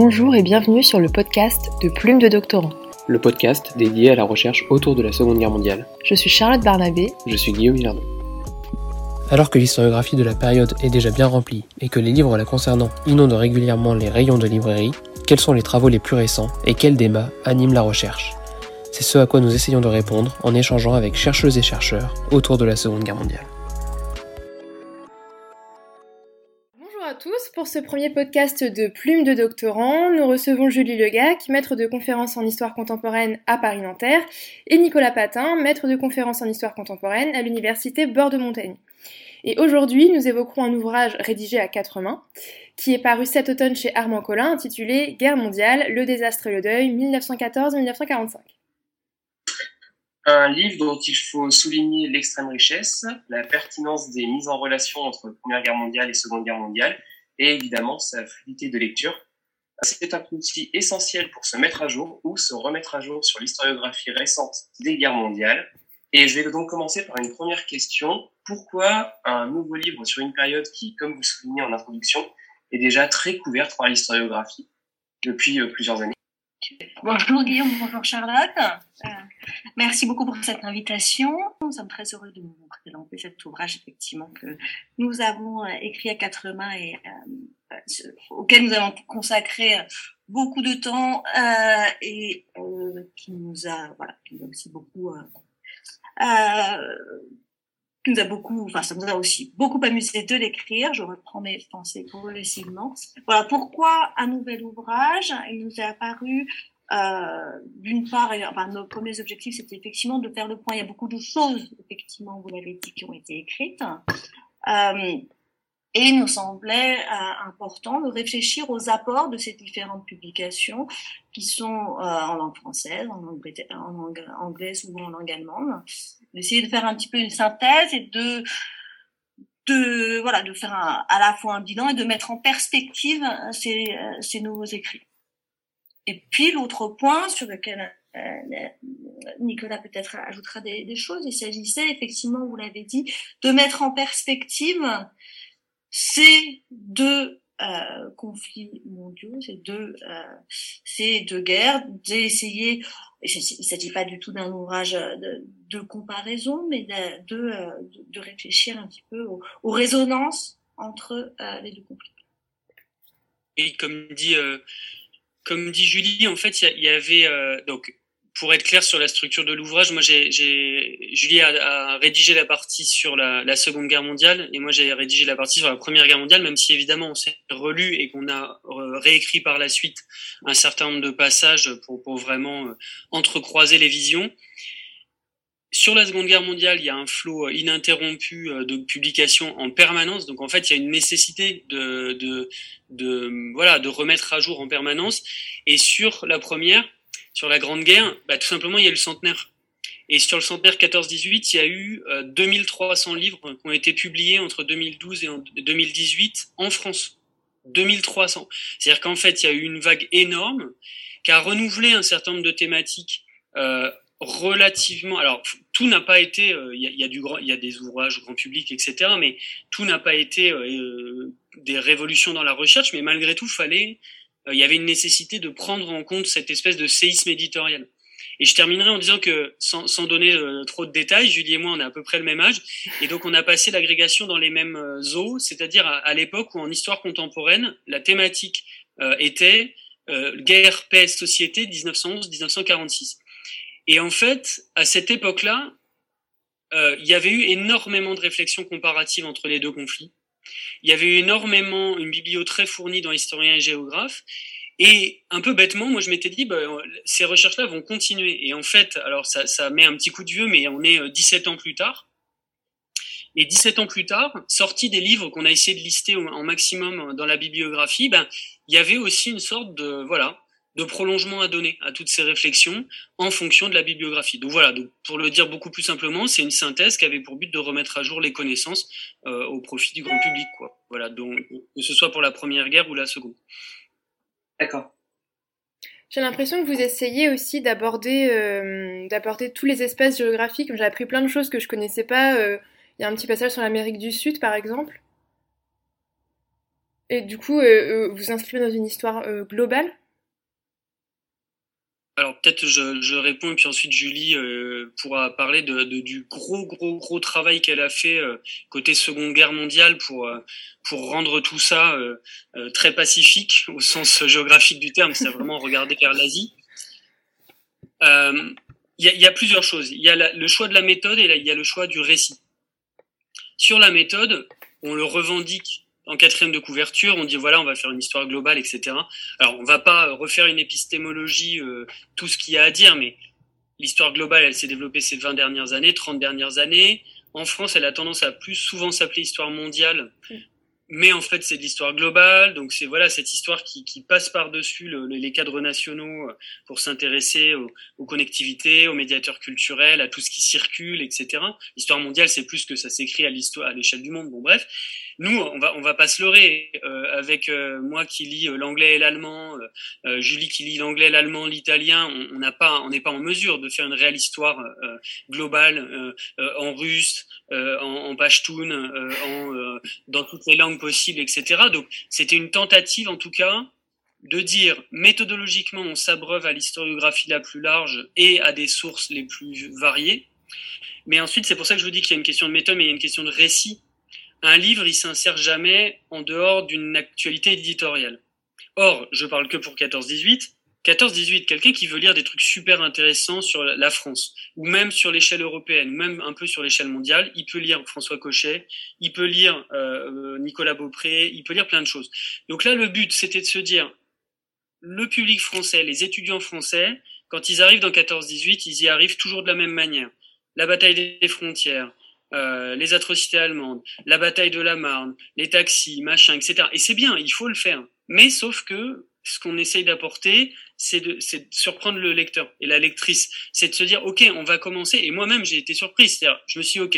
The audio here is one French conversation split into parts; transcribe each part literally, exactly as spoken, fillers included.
Bonjour et bienvenue sur le podcast de Plume de Doctorant. Le podcast dédié à la recherche autour de la Seconde Guerre mondiale. Je suis Charlotte Barnabé. Je suis Guillaume Hilardon. Alors que l'historiographie de la période est déjà bien remplie et que les livres la concernant inondent régulièrement les rayons de librairie, quels sont les travaux les plus récents et quels débats animent la recherche ? C'est ce à quoi nous essayons de répondre en échangeant avec chercheuses et chercheurs autour de la Seconde Guerre mondiale. Bonjour à tous, pour ce premier podcast de Plume de Doctorant, nous recevons Julie Legac, maître de conférences en histoire contemporaine à Paris-Nanterre, et Nicolas Patin, maître de conférences en histoire contemporaine à l'université Bordeaux-Montaigne. Et aujourd'hui, nous évoquerons un ouvrage rédigé à quatre mains, qui est paru cet automne chez Armand Collin, intitulé « Guerre mondiale, le désastre et le deuil, dix-neuf cent quatorze à dix-neuf cent quarante-cinq ». Un livre dont il faut souligner l'extrême richesse, la pertinence des mises en relation entre Première Guerre mondiale et Seconde Guerre mondiale, et évidemment sa fluidité de lecture. C'est un outil essentiel pour se mettre à jour ou se remettre à jour sur l'historiographie récente des guerres mondiales. Et je vais donc commencer par une première question. Pourquoi un nouveau livre sur une période qui, comme vous soulignez en introduction, est déjà très couverte par l'historiographie depuis euh, plusieurs années? Bonjour Guillaume, bonjour Charlotte. Euh, merci beaucoup pour cette invitation. Nous sommes très heureux de vous présenter cet ouvrage effectivement que nous avons euh, écrit à quatre mains et euh, euh, auquel nous avons consacré beaucoup de temps euh, et euh, qui nous a voilà, qui nous a aussi beaucoup euh, euh, qui nous a beaucoup, enfin ça nous a aussi beaucoup amusé de l'écrire. Je reprends mes pensées progressivement. Voilà pourquoi un nouvel ouvrage. Il nous est apparu euh, d'une part, enfin nos premiers objectifs c'était effectivement de faire le point. Il y a beaucoup de choses effectivement, vous l'avez dit, qui ont été écrites. Euh, Et il nous semblait euh, important de réfléchir aux apports de ces différentes publications qui sont euh, en langue française, en langue, en langue anglaise ou en langue allemande. D'essayer de faire un petit peu une synthèse et de de voilà de faire un, à la fois un bilan et de mettre en perspective ces, ces nouveaux écrits. Et puis l'autre point sur lequel euh, Nicolas peut-être ajoutera des, des choses, il s'agissait effectivement, vous l'avez dit, de mettre en perspective ces deux euh, conflits mondiaux, ces deux, euh, ces deux guerres, d'essayer, il ne s'agit pas du tout d'un ouvrage de, de comparaison, mais de, de, de réfléchir un petit peu aux, aux résonances entre euh, les deux conflits. Et comme dit, euh, comme dit Julie, en fait, il y, y avait euh, donc. Pour être clair sur la structure de l'ouvrage, moi j'ai, j'ai Julie a, a rédigé la partie sur la, la Seconde Guerre mondiale et moi j'ai rédigé la partie sur la Première Guerre mondiale, même si évidemment on s'est relu et qu'on a réécrit par la suite un certain nombre de passages pour, pour vraiment entrecroiser les visions. Sur la Seconde Guerre mondiale, il y a un flot ininterrompu de publications en permanence, donc en fait il y a une nécessité de, de, de, voilà, de remettre à jour en permanence. Et sur la première, sur la Grande Guerre, bah, tout simplement, il y a eu le centenaire. Et sur le centenaire quatorze dix-huit, il y a eu euh, deux mille trois cents livres qui ont été publiés entre deux mille douze et en deux mille dix-huit en France. deux mille trois cents. C'est-à-dire qu'en fait, il y a eu une vague énorme qui a renouvelé un certain nombre de thématiques euh, relativement... Alors, tout n'a pas été... Il euh, y, a, y, a du grand, y a des ouvrages grand public, et cetera, mais tout n'a pas été euh, des révolutions dans la recherche, mais malgré tout, il fallait... il y avait une nécessité de prendre en compte cette espèce de séisme éditorial. Et je terminerai en disant que, sans, sans donner euh, trop de détails, Julie et moi, on a à peu près le même âge, et donc on a passé l'agrégation dans les mêmes euh, eaux, c'est-à-dire à, à l'époque où, en histoire contemporaine, la thématique euh, était euh, guerre, paix, société, dix-neuf cent onze à dix-neuf cent quarante-six. Et en fait, à cette époque-là, euh, il y avait eu énormément de réflexions comparatives entre les deux conflits. Il y avait eu énormément, une biblio très fournie dans historiens et géographes, et un peu bêtement, moi je m'étais dit, bah, ces recherches-là vont continuer. Et en fait, alors ça, ça met un petit coup de vieux, mais on est dix-sept ans plus tard. Et dix-sept ans plus tard, sortis des livres qu'on a essayé de lister en maximum dans la bibliographie, ben, il y avait aussi une sorte de, voilà, de prolongement à donner à toutes ces réflexions en fonction de la bibliographie. Donc voilà, donc pour le dire beaucoup plus simplement, c'est une synthèse qui avait pour but de remettre à jour les connaissances euh, au profit du grand public, quoi. Voilà, donc que ce soit pour la Première Guerre ou la Seconde. D'accord. J'ai l'impression que vous essayez aussi d'aborder, euh, d'aborder tous les espaces géographiques. J'ai appris plein de choses que je connaissais pas. Euh, il y a un petit passage sur l'Amérique du Sud, par exemple. Et du coup, euh, vous vous inscrivez dans une histoire euh, globale? Alors peut-être je, je réponds et puis ensuite Julie euh, pourra parler de, de, du gros gros gros travail qu'elle a fait euh, côté Seconde Guerre mondiale pour euh, pour rendre tout ça euh, euh, très pacifique au sens géographique du terme, c'est vraiment regarder vers l'Asie. Il euh, y, a, y a plusieurs choses. Il y a la, le choix de la méthode et il y a le choix du récit. Sur la méthode, on le revendique en quatrième de couverture, on dit voilà, on va faire une histoire globale, et cetera. Alors, on va pas refaire une épistémologie, euh, tout ce qu'il y a à dire, mais l'histoire globale, elle s'est développée ces vingt dernières années, trente dernières années. En France, elle a tendance à plus souvent s'appeler histoire mondiale, mais en fait, c'est de l'histoire globale. Donc, c'est voilà cette histoire qui, qui passe par-dessus le, les cadres nationaux pour s'intéresser aux, aux connectivités, aux médiateurs culturels, à tout ce qui circule, et cetera. L'histoire mondiale, c'est plus que ça s'écrit à l'histoire, à l'échelle du monde. Bon, bref. Nous, on va, on va pas se leurrer. Euh, avec euh, moi qui lis euh, l'anglais et l'allemand, euh, Julie qui lit l'anglais, l'allemand, l'italien, on n'a pas, on n'est pas en mesure de faire une réelle histoire euh, globale euh, euh, en russe, euh, en, en pashtun, euh, en euh, dans toutes les langues possibles, et cetera. Donc, c'était une tentative, en tout cas, de dire méthodologiquement, on s'abreuve à l'historiographie la plus large et à des sources les plus variées. Mais ensuite, c'est pour ça que je vous dis qu'il y a une question de méthode, mais il y a une question de récit. Un livre, il s'insère jamais en dehors d'une actualité éditoriale. Or, je parle que pour quatorze dix-huit. quatorze dix-huit, quelqu'un qui veut lire des trucs super intéressants sur la France, ou même sur l'échelle européenne, ou même un peu sur l'échelle mondiale, il peut lire François Cochet, il peut lire euh, Nicolas Beaupré, il peut lire plein de choses. Donc là, le but, c'était de se dire, le public français, les étudiants français, quand ils arrivent dans quatorze dix-huit, ils y arrivent toujours de la même manière. La bataille des frontières, Euh, les atrocités allemandes, la bataille de la Marne, les taxis, machin, et cetera. Et c'est bien, il faut le faire. Mais sauf que ce qu'on essaye d'apporter, c'est de, c'est de surprendre le lecteur et la lectrice. C'est de se dire, ok, on va commencer. Et moi-même, j'ai été surprise. C'est-à-dire, je me suis dit, ok,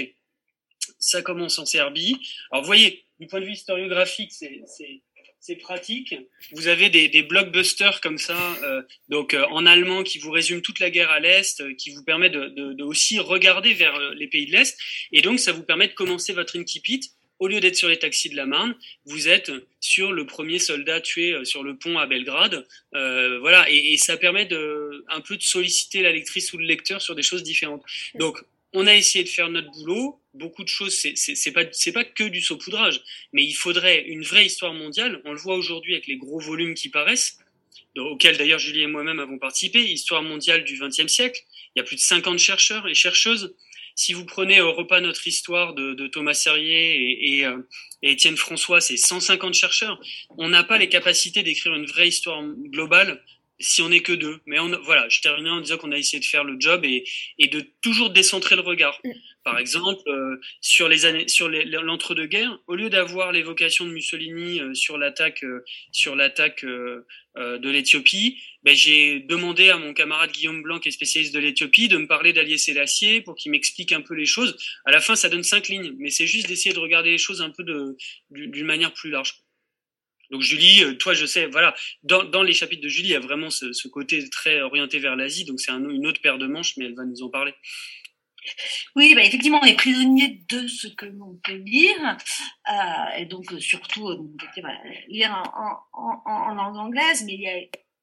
ça commence en Serbie. Alors, vous voyez, du point de vue historiographique, c'est, c'est, c'est pratique. Vous avez des, des blockbusters comme ça, euh, donc euh, en allemand qui vous résument toute la guerre à l'Est, euh, qui vous permet de, de, de aussi regarder vers euh, les pays de l'Est. Et donc, ça vous permet de commencer votre incipit. Au lieu d'être sur les taxis de la Marne, vous êtes sur le premier soldat tué sur le pont à Belgrade. Euh, voilà, et, et ça permet de un peu de solliciter la lectrice ou le lecteur sur des choses différentes. Donc, on a essayé de faire notre boulot. Beaucoup de choses, c'est, c'est, c'est pas, c'est pas que du saupoudrage, mais il faudrait une vraie histoire mondiale. On le voit aujourd'hui avec les gros volumes qui paraissent, auxquels d'ailleurs Julie et moi-même avons participé. Histoire mondiale du vingtième siècle. Il y a plus de cinquante chercheurs et chercheuses. Si vous prenez Europa, notre histoire de, de Thomas Serrier et, et, euh, et Étienne François, c'est cent cinquante chercheurs. On n'a pas les capacités d'écrire une vraie histoire globale si on n'est que deux. Mais on, voilà, je terminais en disant qu'on a essayé de faire le job et, et de toujours décentrer le regard. Par exemple, euh, sur les années, sur les, l'entre-deux-guerres, au lieu d'avoir l'évocation de Mussolini euh, sur l'attaque, euh, sur l'attaque euh, euh, de l'Éthiopie, ben, j'ai demandé à mon camarade Guillaume Blanc, qui est spécialiste de l'Éthiopie, de me parler d'Haïlé Sélassié pour qu'il m'explique un peu les choses. À la fin, ça donne cinq lignes, mais c'est juste d'essayer de regarder les choses un peu de, d'une manière plus large. Donc Julie, toi, je sais, voilà, dans, dans les chapitres de Julie, il y a vraiment ce, ce côté très orienté vers l'Asie, donc c'est un, une autre paire de manches, mais elle va nous en parler. Oui, bah effectivement, on est prisonnier de ce que l'on peut lire, euh, et donc surtout euh, voilà, lire en, en, en, en langue anglaise, mais il y a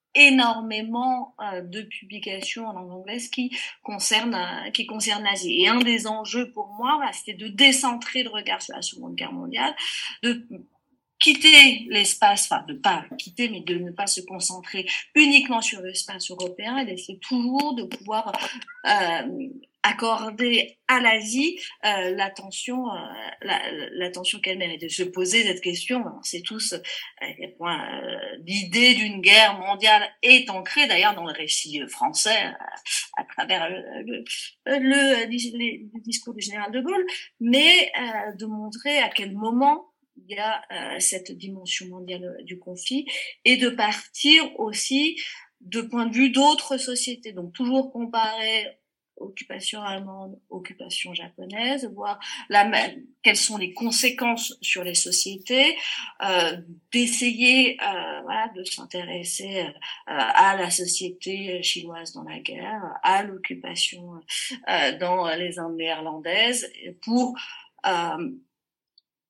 énormément euh, de publications en langue anglaise qui concernent euh, qui concernent l'Asie. Et un des enjeux pour moi, voilà, c'était de décentrer le regard sur la Seconde Guerre mondiale, de quitter l'espace, enfin de pas quitter, mais de ne pas se concentrer uniquement sur l'espace européen et d'essayer toujours de pouvoir euh, accorder à l'Asie euh, l'attention, euh, la, l'attention qu'elle mérite. De se poser cette question, on sait tous à quel point euh, l'idée d'une guerre mondiale est ancrée, d'ailleurs dans le récit français, à, à travers le, le, le, le discours du général de Gaulle, mais euh, de montrer à quel moment il y a euh, cette dimension mondiale du conflit et de partir aussi de point de vue d'autres sociétés. Donc toujours comparer occupation allemande, occupation japonaise, voir la, quelles sont les conséquences sur les sociétés, euh, d'essayer euh, voilà, de s'intéresser euh, à la société chinoise dans la guerre, à l'occupation euh, dans les Indes néerlandaises, pour euh,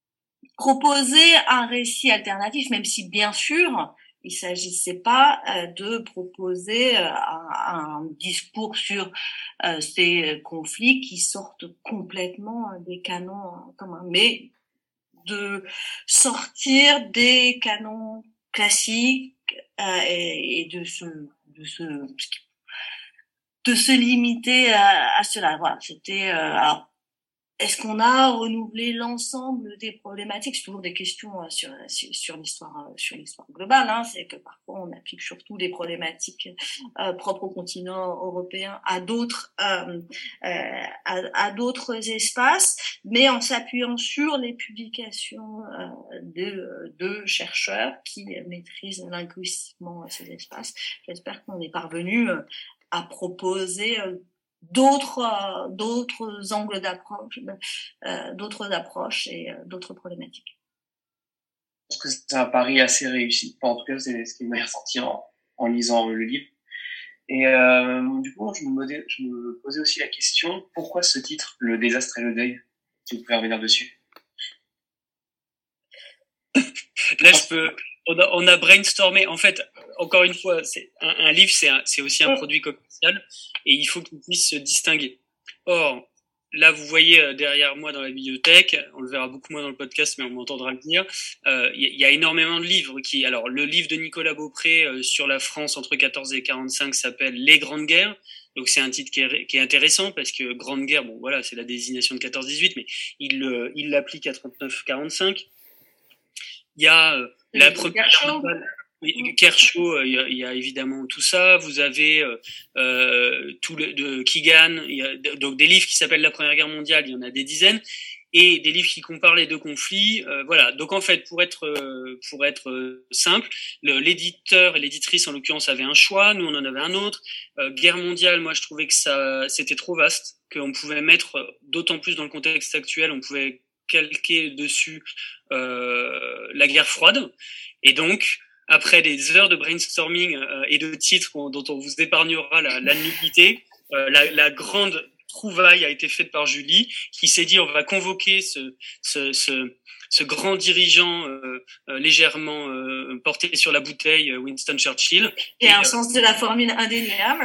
proposer un récit alternatif, même si bien sûr il s'agissait pas euh, de proposer euh, un, un discours sur euh, ces conflits qui sortent complètement des canons euh, communs, mais de sortir des canons classiques euh, et, et de se de se de se limiter à, à cela. Voilà, c'était euh, alors, est-ce qu'on a renouvelé l'ensemble des problématiques? C'est toujours des questions euh, sur, sur, sur l'histoire, euh, sur l'histoire globale. Hein. C'est que parfois on applique surtout des problématiques euh, propres au continent européen à d'autres, euh, euh, à, à d'autres espaces, mais en s'appuyant sur les publications euh, de, de chercheurs qui maîtrisent linguistiquement ces espaces. J'espère qu'on est parvenu euh, à proposer euh, d'autres euh, d'autres angles d'approche, euh, d'autres approches et euh, d'autres problématiques. Je pense que c'est un pari assez réussi. Enfin, en tout cas, c'est ce qui m'a ressorti en, en lisant le livre. Et euh, du coup, je me, modais, je me posais aussi la question, pourquoi ce titre, Le désastre et le deuil? Si vous pouvez revenir dessus. Là, je peux... On a, on a brainstormé. En fait, encore une fois, c'est un, un livre, c'est, un, c'est aussi un produit commercial et il faut qu'il puisse se distinguer. Or, là, vous voyez derrière moi dans la bibliothèque, on le verra beaucoup moins dans le podcast, mais on m'entendra le dire. Il euh, y, y a énormément de livres qui. Alors, le livre de Nicolas Beaupré euh, sur la France entre quatorze et quarante-cinq s'appelle Les Grandes Guerres. Donc, c'est un titre qui est, qui est intéressant parce que Grande Guerre, bon, voilà, c'est la désignation de quatorze dix-huit, mais il, euh, il l'applique à trente-neuf quarante-cinq. Il y a euh, la première oui, Kershaw, il y, a, il y a évidemment tout ça. Vous avez euh, tout le de Keegan, il y a donc des livres qui s'appellent La Première Guerre mondiale, il y en a des dizaines, et des livres qui comparent les deux conflits. Euh, voilà. Donc en fait, pour être euh, pour être euh, simple, le, l'éditeur et l'éditrice en l'occurrence avaient un choix, nous on en avait un autre. Euh, Guerre mondiale, moi je trouvais que ça c'était trop vaste, qu'on pouvait mettre d'autant plus dans le contexte actuel, on pouvait calquer dessus euh, la guerre froide, et donc après des heures de brainstorming euh, et de titres dont on vous épargnera la, la nullité, euh, la, la grande trouvaille a été faite par Julie, qui s'est dit on va convoquer ce, ce, ce, ce grand dirigeant euh, euh, légèrement euh, porté sur la bouteille, Winston Churchill. Et, et un euh, sens de la formule indéniable.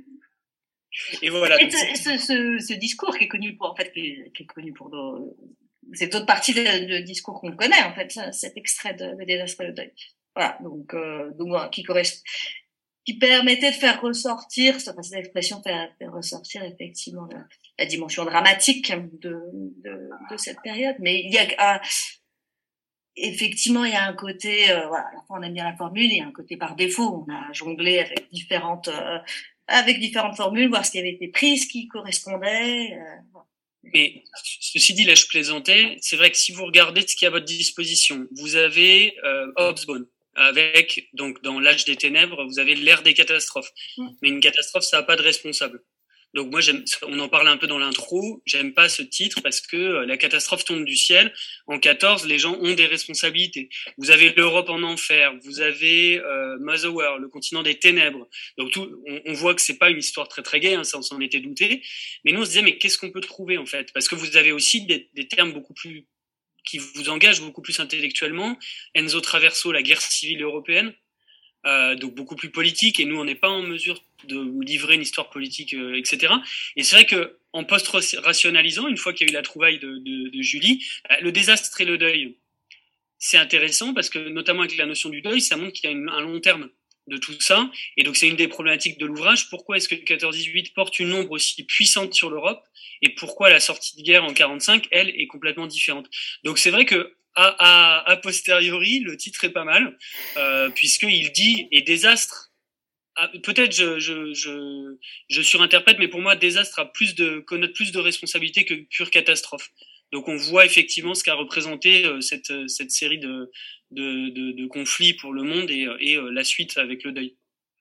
Et voilà. Et ce, ce, ce, ce discours qui est connu pour, en fait, qui est, qui est connu pour nos, c'est toute partie de discours qu'on connaît, en fait, cet extrait de, de Désastre et le deuil. Voilà, donc, euh, donc voilà, qui correspond, qui permettait de faire ressortir, enfin, cette expression fait, fait ressortir effectivement la, la dimension dramatique de, de, de cette période. Mais il y a, euh, effectivement, il y a un côté, euh, voilà, à la fois on aime bien la formule, il y a un côté par défaut. On a jonglé avec différentes, euh, avec différentes formules, voir ce qui avait été pris, ce qui correspondait. Euh, voilà. Mais ceci dit, là je plaisantais, c'est vrai que si vous regardez ce qu'il y a à votre disposition, vous avez euh, Hobsbawm, avec, donc dans l'âge des ténèbres, vous avez l'ère des catastrophes. Mmh. Mais une catastrophe, ça n'a pas de responsable. Donc moi, j'aime, on en parlait un peu dans l'intro, j'aime pas ce titre parce que la catastrophe tombe du ciel. En quatorze, les gens ont des responsabilités. Vous avez l'Europe en enfer, vous avez euh, Motherwell, le continent des ténèbres. Donc tout, on, on voit que c'est pas une histoire très très gaie, hein, ça on s'en était douté. Mais nous on se disait mais qu'est-ce qu'on peut trouver en fait? Parce que vous avez aussi des, des termes beaucoup plus qui vous engagent beaucoup plus intellectuellement. Enzo Traverso, la guerre civile européenne. Euh, donc beaucoup plus politique, et nous on n'est pas en mesure de livrer une histoire politique, euh, et cetera. Et c'est vrai que en post-rationalisant, une fois qu'il y a eu la trouvaille de, de, de Julie, euh, le désastre et le deuil, c'est intéressant parce que notamment avec la notion du deuil, ça montre qu'il y a une, un long terme de tout ça, et donc c'est une des problématiques de l'ouvrage. Pourquoi est-ce que quatorze dix-huit porte une ombre aussi puissante sur l'Europe, et pourquoi la sortie de guerre en quarante-cinq, elle, est complètement différente. Donc c'est vrai que A, a, a posteriori, le titre est pas mal, euh, puisqu'il dit « et désastre ». Peut-être je, je, je, je surinterprète, mais pour moi, désastre a plus de, connote plus de responsabilité que pure catastrophe. Donc on voit effectivement ce qu'a représenté euh, cette, cette série de, de, de, de conflits pour le monde, et, et euh, la suite avec le deuil.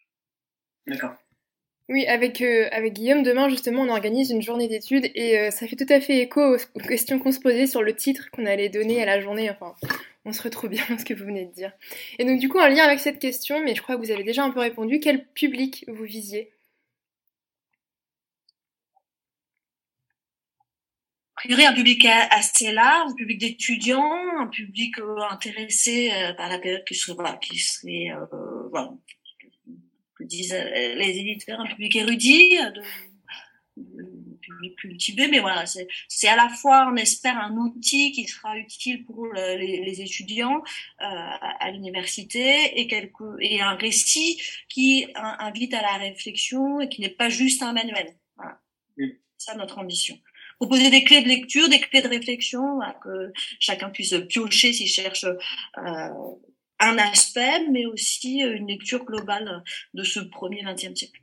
D'accord. Oui, avec, euh, avec Guillaume, demain, justement, on organise une journée d'études et euh, ça fait tout à fait écho aux, aux questions qu'on se posait sur le titre qu'on allait donner à la journée. Enfin, on se retrouve bien dans ce que vous venez de dire. Et donc, du coup, en lien avec cette question, mais je crois que vous avez déjà un peu répondu, quel public vous visiez ? priori un public assez large, un public d'étudiants, un public euh, intéressé euh, par la période qui serait, voilà, qui serait, euh, voilà, que disent euh, les éditeurs, un public érudit, de, de public cultivé, mais voilà, c'est, c'est à la fois, on espère, un outil qui sera utile pour le, les, les étudiants euh, à, à l'université et, quelque, et un récit qui un, invite à la réflexion et qui n'est pas juste un manuel. Voilà. Mm. C'est ça notre ambition. Proposer des clés de lecture, des clés de réflexion, voilà, que chacun puisse piocher s'il cherche euh, un aspect, mais aussi une lecture globale de ce premier vingtième siècle.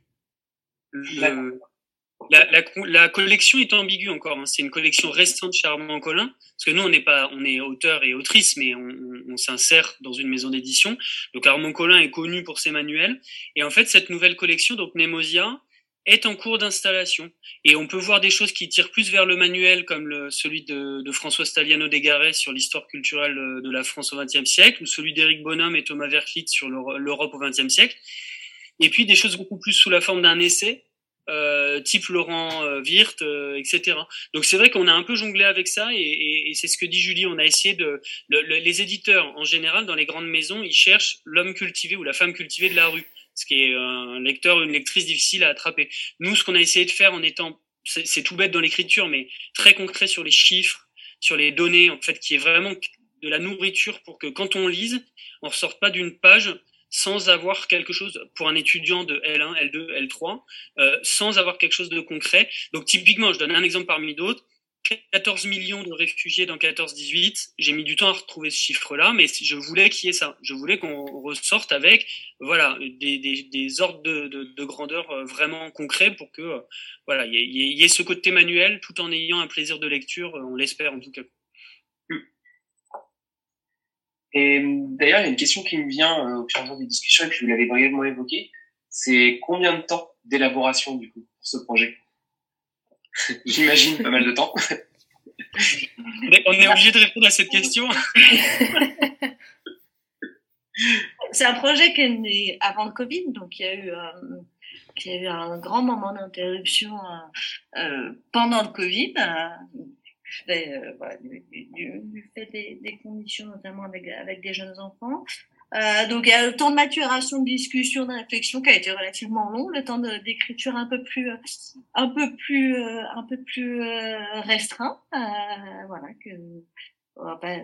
Le... La, la, la collection est ambiguë encore. Hein. C'est une collection restreinte chez Armand Collin, parce que nous, on n'est pas, on est auteur et autrice, mais on, on, on s'insère dans une maison d'édition. Donc Armand Collin est connu pour ses manuels. Et en fait, cette nouvelle collection, donc Nemosia, est en cours d'installation. Et on peut voir des choses qui tirent plus vers le manuel, comme le, celui de, de François Staliano Desgaret sur l'histoire culturelle de la France au vingtième siècle, ou celui d'Éric Bonhomme et Thomas Verclit sur l'Europe au vingtième siècle. Et puis des choses beaucoup plus sous la forme d'un essai, Euh, type Laurent euh, Wirth, euh, et cetera. Donc c'est vrai qu'on a un peu jonglé avec ça et, et, et c'est ce que dit Julie. On a essayé de le, le, les éditeurs en général dans les grandes maisons, ils cherchent l'homme cultivé ou la femme cultivée de la rue, ce qui est un lecteur ou une lectrice difficile à attraper. Nous, ce qu'on a essayé de faire en étant, c'est, c'est tout bête dans l'écriture, mais très concret sur les chiffres, sur les données, en fait, qui est vraiment de la nourriture pour que quand on lise, on ressorte pas d'une page sans avoir quelque chose, pour un étudiant de L un, L deux, L trois, euh, sans avoir quelque chose de concret. Donc typiquement, je donne un exemple parmi d'autres, quatorze millions de réfugiés dans quatorze dix-huit, j'ai mis du temps à retrouver ce chiffre-là, mais je voulais qu'il y ait ça. Je voulais qu'on ressorte avec voilà, des, des, des ordres de, de, de grandeur vraiment concrets pour que voilà, il y, y, y ait ce côté manuel tout en ayant un plaisir de lecture, on l'espère en tout cas. Et d'ailleurs, il y a une question qui me vient euh, au fur et à mesure des discussions, et puis vous l'avez brièvement évoqué, c'est combien de temps d'élaboration du coup pour ce projet? J'imagine pas mal de temps. On est obligé de répondre à cette question. C'est un projet qui est né avant le Covid, donc il y a eu, euh, il y a eu un grand moment d'interruption euh, euh, pendant le Covid. Euh, Fait, euh, voilà, du, du, du fait des, des conditions, notamment avec, avec des jeunes enfants. Euh, donc, il y a le temps de maturation, de discussion, de réflexion qui a été relativement long, le temps de, d'écriture un peu plus, un peu plus, euh, un peu plus euh, restreint. Euh, voilà, que on va pas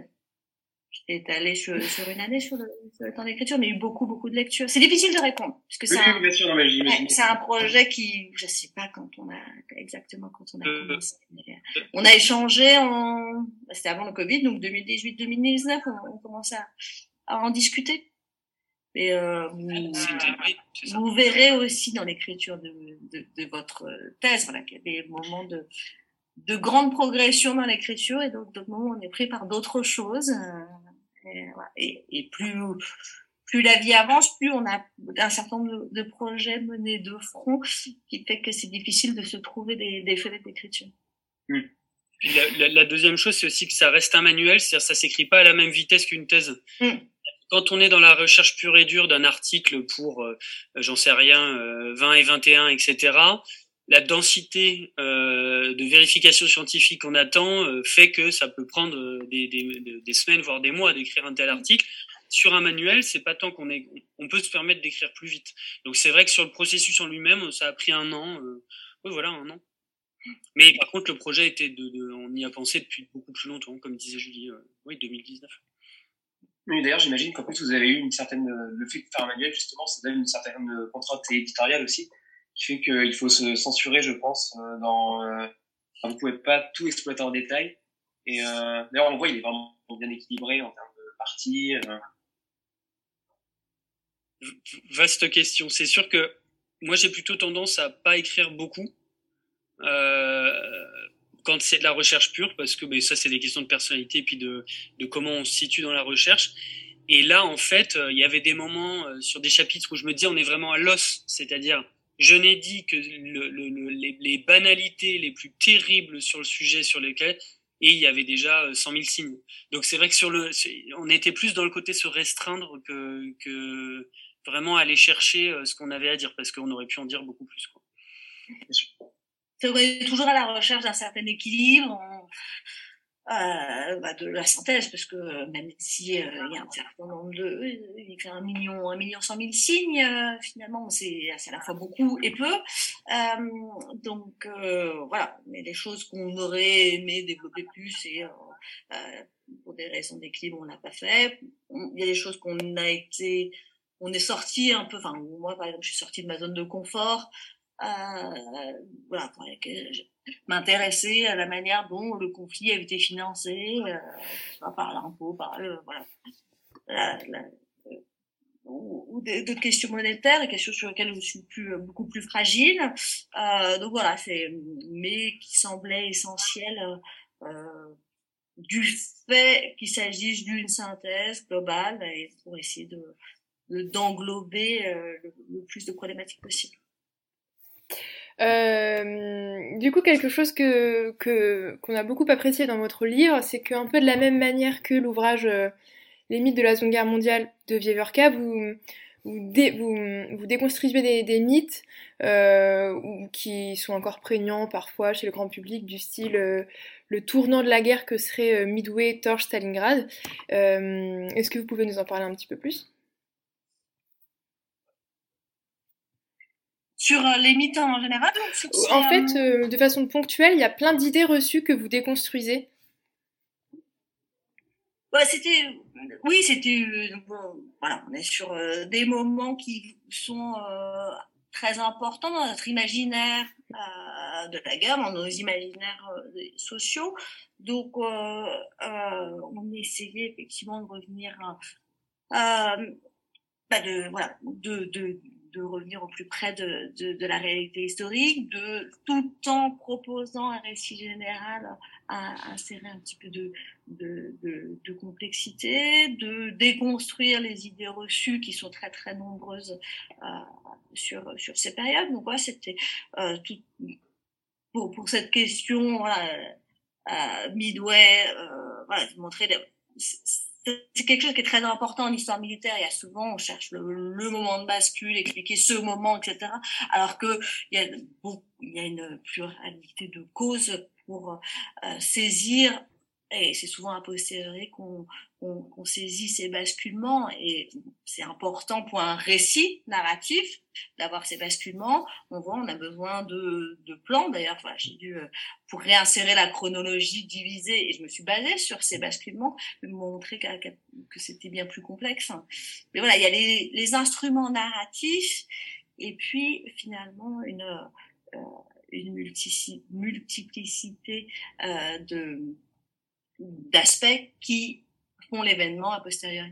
étaler sur, sur une année sur le, sur le temps d'écriture, mais il y a eu beaucoup, beaucoup de lectures. C'est difficile de répondre, puisque c'est, oui, un, bien sûr, non, mais j'imagine. c'est un projet qui, je sais pas quand on a, exactement quand on a commencé. On a échangé en, c'était avant le Covid, donc deux mille dix-huit deux mille dix-neuf, on, on commençait à, à en discuter. Et euh, vous, vous verrez aussi dans l'écriture de, de, de votre thèse, voilà, qu'il y a des moments de, de grande progression dans l'écriture et d'autres, d'autres moments où on est pris par d'autres choses. Et, et, et plus, plus la vie avance, plus on a un certain nombre de, de projets menés de front, qui fait que c'est difficile de se trouver des, des fenêtres d'écriture. Mmh. La, la, la deuxième chose, c'est aussi que ça reste un manuel, c'est-à-dire ça s'écrit pas à la même vitesse qu'une thèse. Mmh. Quand on est dans la recherche pure et dure d'un article pour, euh, j'en sais rien, euh, vingt et vingt et un, et cetera, la densité euh, de vérification scientifique qu'on attend euh, fait que ça peut prendre des, des, des semaines, voire des mois d'écrire un tel article. Sur un manuel, c'est pas tant qu'on est, on peut se permettre d'écrire plus vite. Donc c'est vrai que sur le processus en lui-même, ça a pris un an. Euh, oui, voilà, un an. Mais par contre, le projet était de, de, on y a pensé depuis beaucoup plus longtemps, comme disait Julie. Euh, oui, deux mille dix-neuf. Oui, d'ailleurs, j'imagine qu'en plus vous avez eu une certaine, le fait de faire un manuel justement, ça donne une certaine contrainte éditoriale aussi, qui fait qu'il faut se censurer, je pense, dans, euh, enfin, vous pouvez pas tout exploiter en détail. Et euh, d'ailleurs, on voit, il est vraiment bien équilibré en termes de parties. Euh. Vaste question. C'est sûr que moi, j'ai plutôt tendance à pas écrire beaucoup. Euh, quand c'est de la recherche pure, parce que ben, ça, c'est des questions de personnalité et puis de, de comment on se situe dans la recherche. Et là, en fait, il euh, y avait des moments euh, sur des chapitres où je me dis on est vraiment à l'os, c'est-à-dire je n'ai dit que le, le, le, les, les banalités les plus terribles sur le sujet sur lesquels, et il y avait déjà cent mille signes. Donc c'est vrai que sur le, on était plus dans le côté se restreindre que, que vraiment aller chercher ce qu'on avait à dire, parce qu'on aurait pu en dire beaucoup plus, quoi. on est toujours à la recherche d'un certain équilibre, on, euh, bah de la synthèse, parce que même si euh, il y a un certain nombre de, il y a un million, un million cent mille signes, euh, finalement, c'est, c'est à la fois beaucoup et peu. Euh, donc euh, voilà, mais les choses qu'on aurait aimé développer plus, et euh, euh, pour des raisons d'équilibre, on l'a pas fait. Il y a des choses qu'on a été, on est sorti un peu. Enfin, moi, par exemple, je suis sortie de ma zone de confort. Euh, voilà, pour laquelle je m'intéresser à la manière dont le conflit a été financé, euh, par l'impôt, par le, voilà, la, la, euh, ou, ou d'autres questions monétaires, des questions sur lesquelles je suis plus, beaucoup plus fragile. Euh, donc voilà, c'est, mais qui semblait essentiel, euh, du fait qu'il s'agisse d'une synthèse globale et pour essayer de, de d'englober euh, le, le plus de problématiques possible. Euh, du coup, quelque chose que, que, qu'on a beaucoup apprécié dans votre livre, c'est qu'un peu de la même manière que l'ouvrage euh, Les mythes de la Seconde Guerre mondiale de Vievorka, vous, vous, dé, vous, vous déconstruisez des, des mythes euh, ou, qui sont encore prégnants parfois chez le grand public, du style euh, le tournant de la guerre que serait euh, Midway, Torch, Stalingrad. Euh, est-ce que vous pouvez nous en parler un petit peu plus ? Sur les mythes en général ou sur ces, En fait, euh, de façon ponctuelle, il y a plein d'idées reçues que vous déconstruisez. Ouais, c'était, oui, c'était, bon, voilà, on est sur euh, des moments qui sont euh, très importants dans notre imaginaire euh, de la guerre, dans nos imaginaires euh, sociaux. Donc, euh, euh, on essayait effectivement de revenir, euh, bah de, voilà, de, de, de revenir au plus près de, de, de la réalité historique, de tout en proposant un récit général à insérer un petit peu de, de, de, de complexité, de déconstruire les idées reçues qui sont très très nombreuses euh, sur sur ces périodes. Donc ouais, c'était euh, tout pour pour cette question, voilà, euh, Midway, euh, voilà, montrer des, c'est quelque chose qui est très important en histoire militaire. Il y a souvent, on cherche le, le moment de bascule, expliquer ce moment, et cetera. Alors que il y a, bon, il y a une pluralité de causes pour euh, saisir, et c'est souvent a posteriori qu'on, qu'on, qu'on saisit ces basculements. Et c'est important pour un récit narratif d'avoir ces basculements. On voit, on a besoin de, de plans. D'ailleurs, voilà, j'ai dû, euh, pour réinsérer la chronologie divisée, et je me suis basée sur ces basculements, me montrer que, que c'était bien plus complexe. Mais voilà, il y a les, les instruments narratifs, et puis finalement une, euh, une multi, multiplicité euh, de, d'aspects qui font l'événement a posteriori.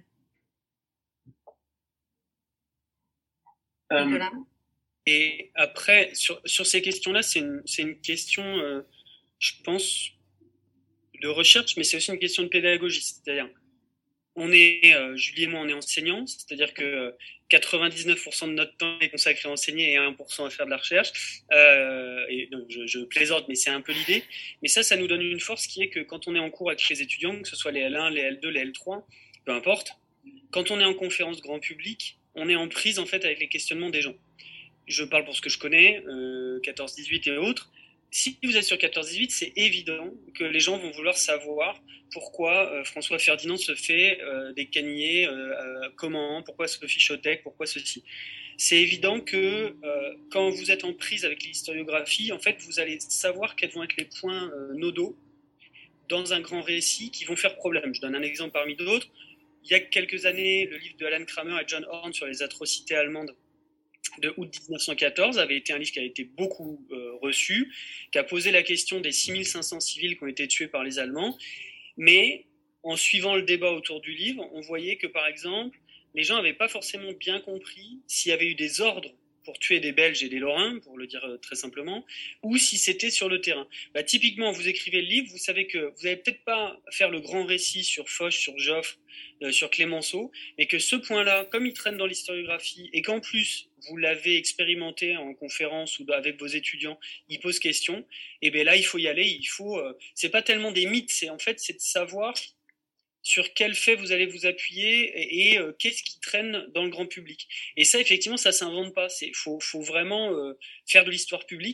Euh, et après, sur, sur ces questions-là, c'est une, c'est une question, euh, je pense, de recherche, mais c'est aussi une question de pédagogie. C'est-à-dire, on est, euh, Julie et moi, on est enseignants, c'est-à-dire que quatre-vingt-dix-neuf pour cent de notre temps est consacré à enseigner et un pour cent à faire de la recherche. Euh, et donc je, je plaisante, mais c'est un peu l'idée. Mais ça, ça nous donne une force qui est que quand on est en cours avec les étudiants, que ce soit les L un, les L deux, les L trois, peu importe, quand on est en conférence grand public, on est en prise en fait avec les questionnements des gens. Je parle pour ce que je connais, euh, quatorze dix-huit et autres. Si vous êtes sur quatorze dix-huit, c'est évident que les gens vont vouloir savoir pourquoi euh, François Ferdinand se fait euh, des caniers, euh, euh, comment, pourquoi Sophie Chotek, pourquoi ceci. C'est évident que euh, quand vous êtes en prise avec l'historiographie, en fait, vous allez savoir quels vont être les points euh, nodaux dans un grand récit qui vont faire problème. Je donne un exemple parmi d'autres. Il y a quelques années, le livre de Alan Kramer et John Horn sur les atrocités allemandes de août dix-neuf cent quatorze avait été un livre qui a été beaucoup euh, reçu, qui a posé la question des six mille cinq cents civils qui ont été tués par les Allemands. Mais en suivant le débat autour du livre, on voyait que, par exemple, les gens n'avaient pas forcément bien compris s'il y avait eu des ordres pour tuer des Belges et des Lorrains, pour le dire très simplement, ou si c'était sur le terrain. Bah, typiquement, vous écrivez le livre, vous savez que vous n'allez peut-être pas faire le grand récit sur Foch, sur Joffre, euh, sur Clémenceau, mais que ce point-là, comme il traîne dans l'historiographie, et qu'en plus, vous l'avez expérimenté en conférence ou avec vos étudiants, il pose question, et bien là, il faut y aller, il faut... Euh, c'est pas tellement des mythes, c'est en fait, c'est de savoir sur quel fait vous allez vous appuyer et, et euh, qu'est-ce qui traîne dans le grand public. Et ça, effectivement, ça s'invente pas. Il faut, faut vraiment euh, faire de l'histoire publique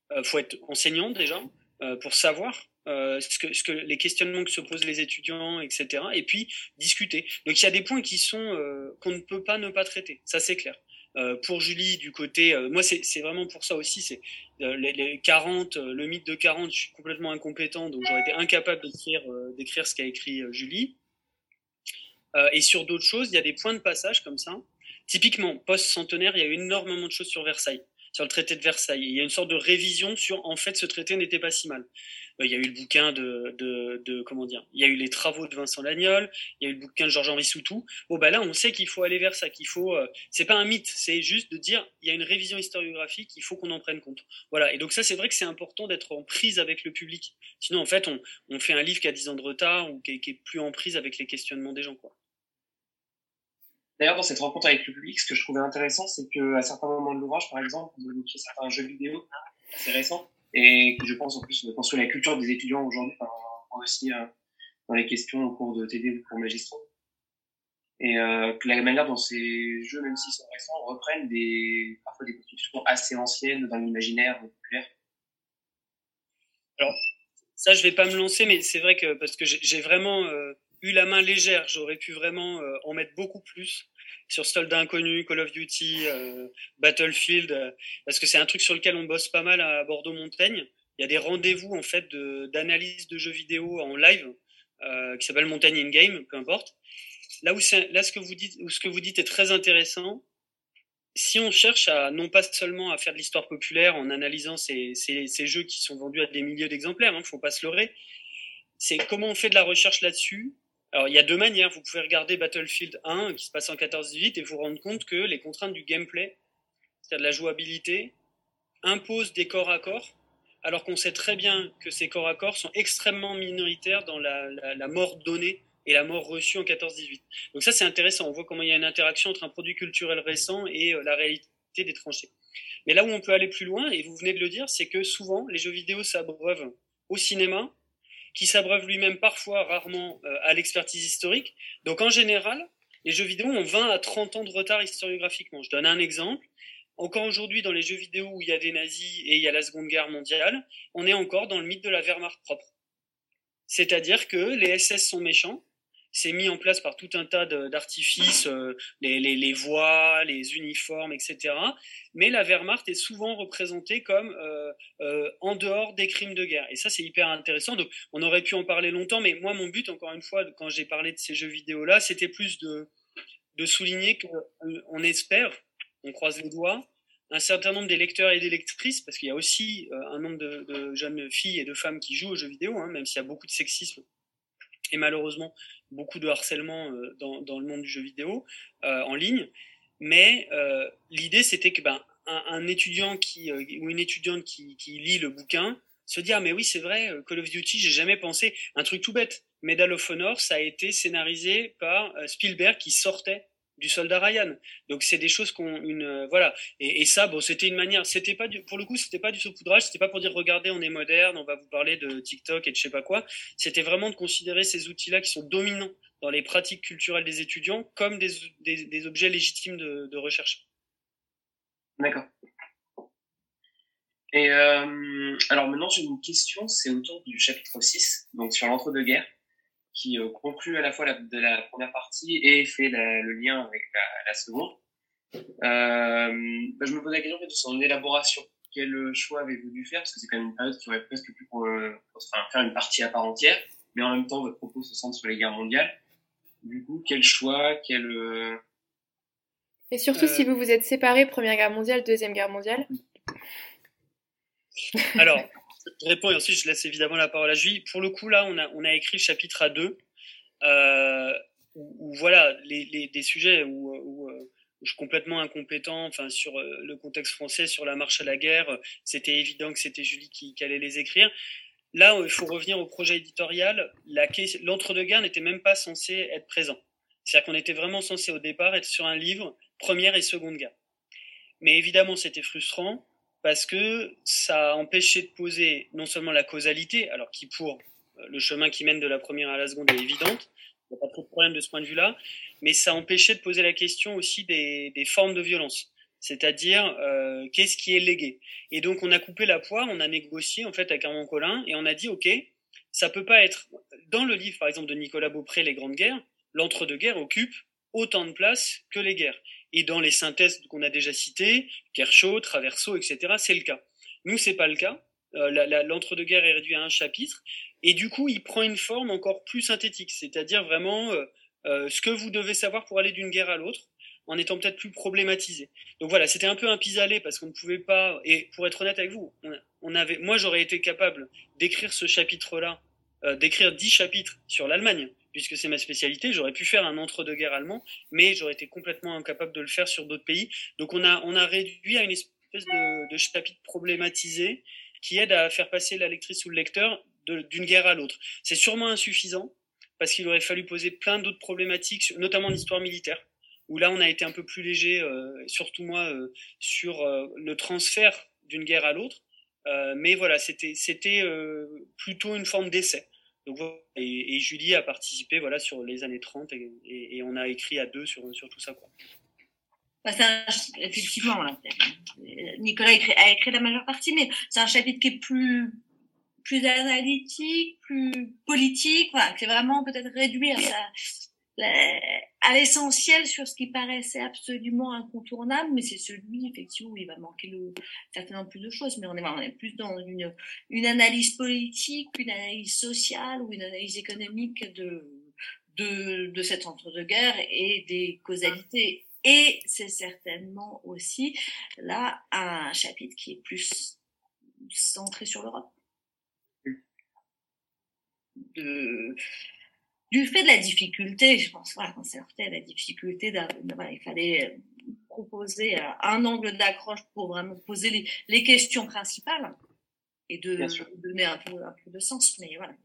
euh, faut être enseignant déjà euh, pour savoir euh, ce que, ce que les questionnements que se posent les étudiants, et cetera. Et puis discuter. Donc il y a des points qui sont euh, qu'on ne peut pas ne pas traiter. Ça c'est clair. Euh, pour Julie, du côté, euh, moi c'est, c'est vraiment pour ça aussi, c'est euh, les, les quarante, euh, le mythe de quarante, je suis complètement incompétent, donc j'aurais été incapable d'écrire, euh, d'écrire ce qu'a écrit euh, Julie. Euh, et sur d'autres choses, il y a des points de passage comme ça. Typiquement, post-centenaire, il y a eu énormément de choses sur Versailles, sur le traité de Versailles. Il y a une sorte de révision sur, en fait, ce traité n'était pas si mal. Euh, il y a eu le bouquin de, de, de, comment dire, il y a eu les travaux de Vincent Lagnol, il y a eu le bouquin de Georges-Henri Soutou. Bon, bah là, on sait qu'il faut aller vers ça, qu'il faut, euh, c'est pas un mythe, c'est juste de dire, il y a une révision historiographique, il faut qu'on en prenne compte. Voilà. Et donc ça, c'est vrai que c'est important d'être en prise avec le public. Sinon, en fait, on, on fait un livre qui a dix ans de retard ou qui est, qui est plus en prise avec les questionnements des gens, quoi. D'ailleurs, dans cette rencontre avec le public, ce que je trouvais intéressant, c'est qu'à certains moments de l'ouvrage, par exemple, vous évoquiez certains jeux vidéo assez récents, et que je pense en plus de construire la culture des étudiants aujourd'hui, enfin, aussi euh, dans les questions au cours de T D ou cours magistraux. Et euh, que la manière dont ces jeux, même s'ils sont récents, reprennent des, parfois des constructions assez anciennes dans l'imaginaire populaire. Alors, ça, je vais pas me lancer, mais c'est vrai que, parce que j'ai, j'ai vraiment... Euh... eu la main légère, j'aurais pu vraiment euh, en mettre beaucoup plus sur Soldats Inconnus, Call of Duty, euh, Battlefield, euh, parce que c'est un truc sur lequel on bosse pas mal à Bordeaux-Montaigne. Il y a des rendez-vous en fait de, d'analyse de jeux vidéo en live euh, qui s'appelle Montaigne in Game, peu importe. Là où c'est, là ce que vous dites, où ce que vous dites est très intéressant. Si on cherche à non pas seulement à faire de l'histoire populaire en analysant ces, ces, ces jeux qui sont vendus à des milliers d'exemplaires, hein, faut pas se leurrer, c'est comment on fait de la recherche là-dessus. Alors, il y a deux manières. Vous pouvez regarder Battlefield un, qui se passe en quatorze dix-huit, et vous rendre compte que les contraintes du gameplay, c'est-à-dire de la jouabilité, imposent des corps à corps, alors qu'on sait très bien que ces corps à corps sont extrêmement minoritaires dans la, la, la mort donnée et la mort reçue en quatorze dix-huit. Donc ça, c'est intéressant. On voit comment il y a une interaction entre un produit culturel récent et euh, la réalité des tranchées. Mais là où on peut aller plus loin, et vous venez de le dire, c'est que souvent, les jeux vidéo s'abreuvent au cinéma, qui s'abreuve lui-même parfois, rarement, euh, à l'expertise historique. Donc en général, les jeux vidéo ont vingt à trente ans de retard historiographiquement. Je donne un exemple. Encore aujourd'hui, dans les jeux vidéo où il y a des nazis et il y a la Seconde Guerre mondiale, on est encore dans le mythe de la Wehrmacht propre. C'est-à-dire que les S S sont méchants, c'est mis en place par tout un tas de, d'artifices, euh, les, les, les voix, les uniformes, et cetera. Mais la Wehrmacht est souvent représentée comme euh, euh, en dehors des crimes de guerre. Et ça, c'est hyper intéressant. Donc, on aurait pu en parler longtemps, mais moi, mon but, encore une fois, quand j'ai parlé de ces jeux vidéo-là, c'était plus de, de souligner qu'on espère, on croise les doigts, un certain nombre des lecteurs et des lectrices, parce qu'il y a aussi euh, un nombre de, de jeunes filles et de femmes qui jouent aux jeux vidéo, hein, même s'il y a beaucoup de sexisme et malheureusement beaucoup de harcèlement euh, dans, dans le monde du jeu vidéo euh, en ligne. Mais euh, l'idée, c'était que ben, un, un étudiant qui, euh, ou une étudiante qui, qui lit le bouquin se dit « Ah mais oui, c'est vrai, Call of Duty, j'ai jamais pensé. » Un truc tout bête. Medal of Honor, ça a été scénarisé par euh, Spielberg qui sortait du soldat Ryan. Donc c'est des choses qu'on une euh, voilà et, et ça bon c'était une manière c'était pas du, pour le coup c'était pas du saupoudrage, c'était pas pour dire regardez on est moderne, on va vous parler de TikTok et de je sais pas quoi, c'était vraiment de considérer ces outils-là qui sont dominants dans les pratiques culturelles des étudiants comme des des, des objets légitimes de, de recherche. D'accord. Et euh, alors maintenant j'ai une question, c'est autour du chapitre six, donc sur l'entre-deux-guerres, qui euh, conclut à la fois la, de la première partie et fait la, le lien avec la, la seconde. Euh, bah, je me pose la question en fait, de son élaboration. Quel choix avez-vous dû faire? Parce que c'est quand même une période qui aurait presque pu pour, euh, pour, enfin, faire une partie à part entière, mais en même temps votre propos se centre sur les guerres mondiales. Du coup, quel choix, quel... Euh... Et surtout euh... si vous vous êtes séparés, Première Guerre mondiale, Deuxième Guerre mondiale. Alors... Je réponds et ensuite je laisse évidemment la parole à Julie. Pour le coup, là, on a, on a écrit le chapitre à deux, euh, où, où voilà, les, les, des sujets où, où, où je suis complètement incompétent, enfin, sur le contexte français, sur la marche à la guerre, c'était évident que c'était Julie qui, qui allait les écrire. Là, il faut revenir au projet éditorial. La, l'entre-deux-guerres n'était même pas censé être présent. C'est-à-dire qu'on était vraiment censé au départ être sur un livre Première et Seconde Guerre. Mais évidemment, c'était frustrant, parce que ça a empêché de poser non seulement la causalité, alors qui pour le chemin qui mène de la première à la seconde est évidente, il n'y a pas trop de problème de ce point de vue-là, mais ça a empêché de poser la question aussi des, des formes de violence. c'est-à-dire euh, qu'est-ce qui est légué. Et donc on a coupé la poire, on a négocié en fait avec Armand Collin et on a dit ok, ça peut pas être dans le livre par exemple de Nicolas Beaupré, Les Grandes Guerres, l'entre-deux-guerres occupe autant de place que les guerres. Et dans les synthèses qu'on a déjà citées, Kershaw, Traverso, et cetera, c'est le cas. Nous, c'est pas le cas. Euh, la, la, l'entre-deux-guerres est réduit à un chapitre, et du coup, il prend une forme encore plus synthétique, c'est-à-dire vraiment euh, euh, ce que vous devez savoir pour aller d'une guerre à l'autre, en étant peut-être plus problématisé. Donc voilà, c'était un peu un pis-aller, parce qu'on ne pouvait pas, et pour être honnête avec vous, on, on avait, moi j'aurais été capable d'écrire ce chapitre-là, euh, d'écrire dix chapitres sur l'Allemagne, puisque c'est ma spécialité, j'aurais pu faire un entre-deux-guerres allemand, mais j'aurais été complètement incapable de le faire sur d'autres pays. Donc on a, on a réduit à une espèce de, de chapitre problématisé qui aide à faire passer la lectrice ou le lecteur de, d'une guerre à l'autre. C'est sûrement insuffisant, parce qu'il aurait fallu poser plein d'autres problématiques, notamment l'histoire militaire, où là on a été un peu plus léger, euh, surtout moi, euh, sur euh, le transfert d'une guerre à l'autre. Euh, mais voilà, c'était, c'était euh, plutôt une forme d'essai. Donc, et, et Julie a participé voilà, sur les années trente et, et, et on a écrit à deux sur, sur tout ça. Quoi. Bah, c'est un, effectivement, là, Nicolas a écrit, a écrit la majeure partie, mais c'est un chapitre qui est plus, plus analytique, plus politique, voilà, qui est vraiment peut-être réduit à, sa, la, à l'essentiel sur ce qui paraissait absolument incontournable, mais c'est celui, effectivement, où il va manquer le, certainement plus de choses, mais on est, on est plus dans une, une analyse politique, une analyse sociale ou une analyse économique de, de, de cette entre-deux-guerres et des causalités. Et c'est certainement aussi là un chapitre qui est plus centré sur l'Europe. De, du fait de la difficulté, je pense, voilà, quand c'est heurté à la difficulté, voilà, il fallait proposer un angle d'accroche pour vraiment poser les, les questions principales et de donner un peu, un peu de sens. Mais voilà.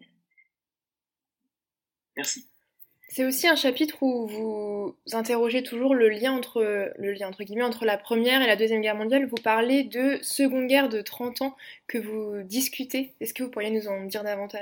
Merci. C'est aussi un chapitre où vous interrogez toujours le lien entre, le lien entre guillemets, entre la Première et la Deuxième Guerre mondiale. Vous parlez de Seconde Guerre de trente ans que vous discutez. Est-ce que vous pourriez nous en dire davantage ?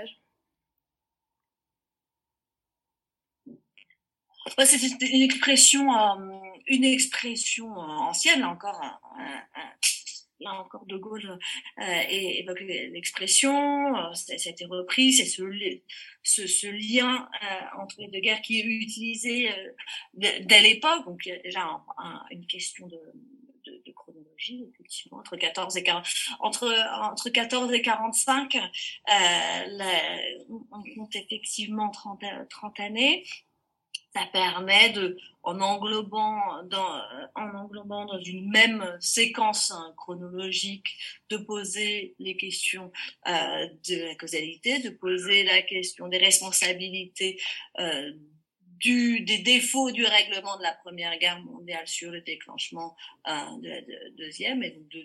C'est une expression, euh, une expression ancienne, là encore. Euh, euh, là encore, De Gaulle euh, évoque l'expression, euh, ça, ça a été repris, c'est ce, ce, ce lien euh, entre les deux guerres qui est utilisé euh, dès l'époque. Donc, il y a déjà un, un, une question de, de, de chronologie, effectivement, entre quatorze et quarante, entre, entre quatorze et quarante-cinq, euh, la, on compte effectivement trente, trente années. Ça permet de, en englobant dans, en englobant dans une même séquence hein, chronologique, de poser les questions euh, de la causalité, de poser la question des responsabilités, euh, du, des défauts du règlement de la Première Guerre mondiale sur le déclenchement euh, de la de, deuxième, et donc de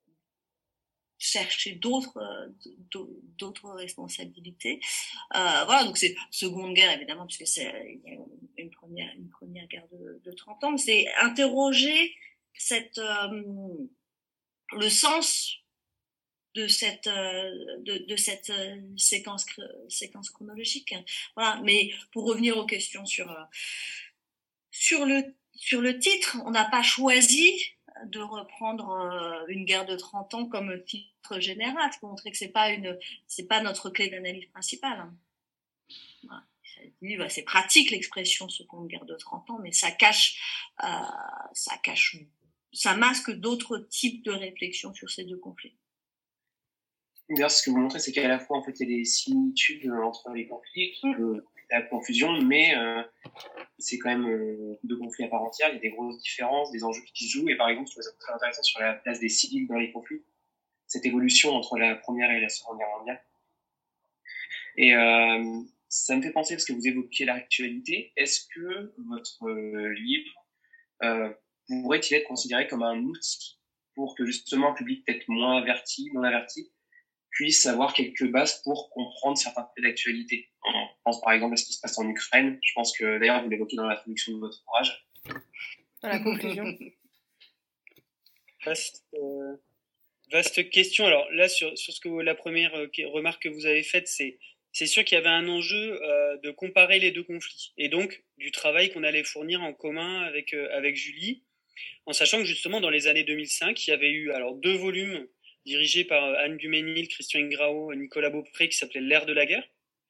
chercher d'autres d'autres responsabilités. Euh, voilà, donc c'est Seconde Guerre évidemment puisque c'est une première une première guerre de, de trente ans, mais c'est interroger cette euh, le sens de cette de, de cette séquence séquence chronologique. Voilà, mais pour revenir aux questions sur sur le sur le titre, on n'a pas choisi de reprendre euh, une guerre de trente ans comme titre général, pour montrer que c'est pas une, c'est pas notre clé d'analyse principale. Hein. Voilà. C'est pratique l'expression Seconde Guerre de trente ans, mais ça cache, euh, ça cache, ça masque d'autres types de réflexions sur ces deux conflits. D'ailleurs, ce que vous montrez, c'est qu'à la fois, en fait, il y a des similitudes entre les conflits, qui peut la confusion, mais euh, c'est quand même euh, deux conflits à part entière. Il y a des grosses différences, des enjeux qui se jouent. Et par exemple, je trouve ça très intéressant sur la place des civils dans les conflits, cette évolution entre la Première et la Seconde Guerre mondiale. Et euh, ça me fait penser, parce que vous évoquiez l'actualité, est-ce que votre euh, livre euh, pourrait-il être considéré comme un outil pour que justement un public peut-être moins averti, non averti, puisse avoir quelques bases pour comprendre certains faits d'actualité. Je pense par exemple à ce qui se passe en Ukraine. Je pense que d'ailleurs vous l'évoquez dans l'introduction de votre ouvrage. Dans la conclusion. Vaste, euh, vaste question. Alors là, sur, sur ce que la première euh, remarque que vous avez faite, c'est c'est sûr qu'il y avait un enjeu euh, de comparer les deux conflits et donc du travail qu'on allait fournir en commun avec euh, avec Julie. en sachant que justement dans les années deux mille cinq, il y avait eu alors deux volumes dirigés par Anne Duménil, Christian Ingrao, Nicolas Beaupré, qui s'appelait L'ère de la guerre.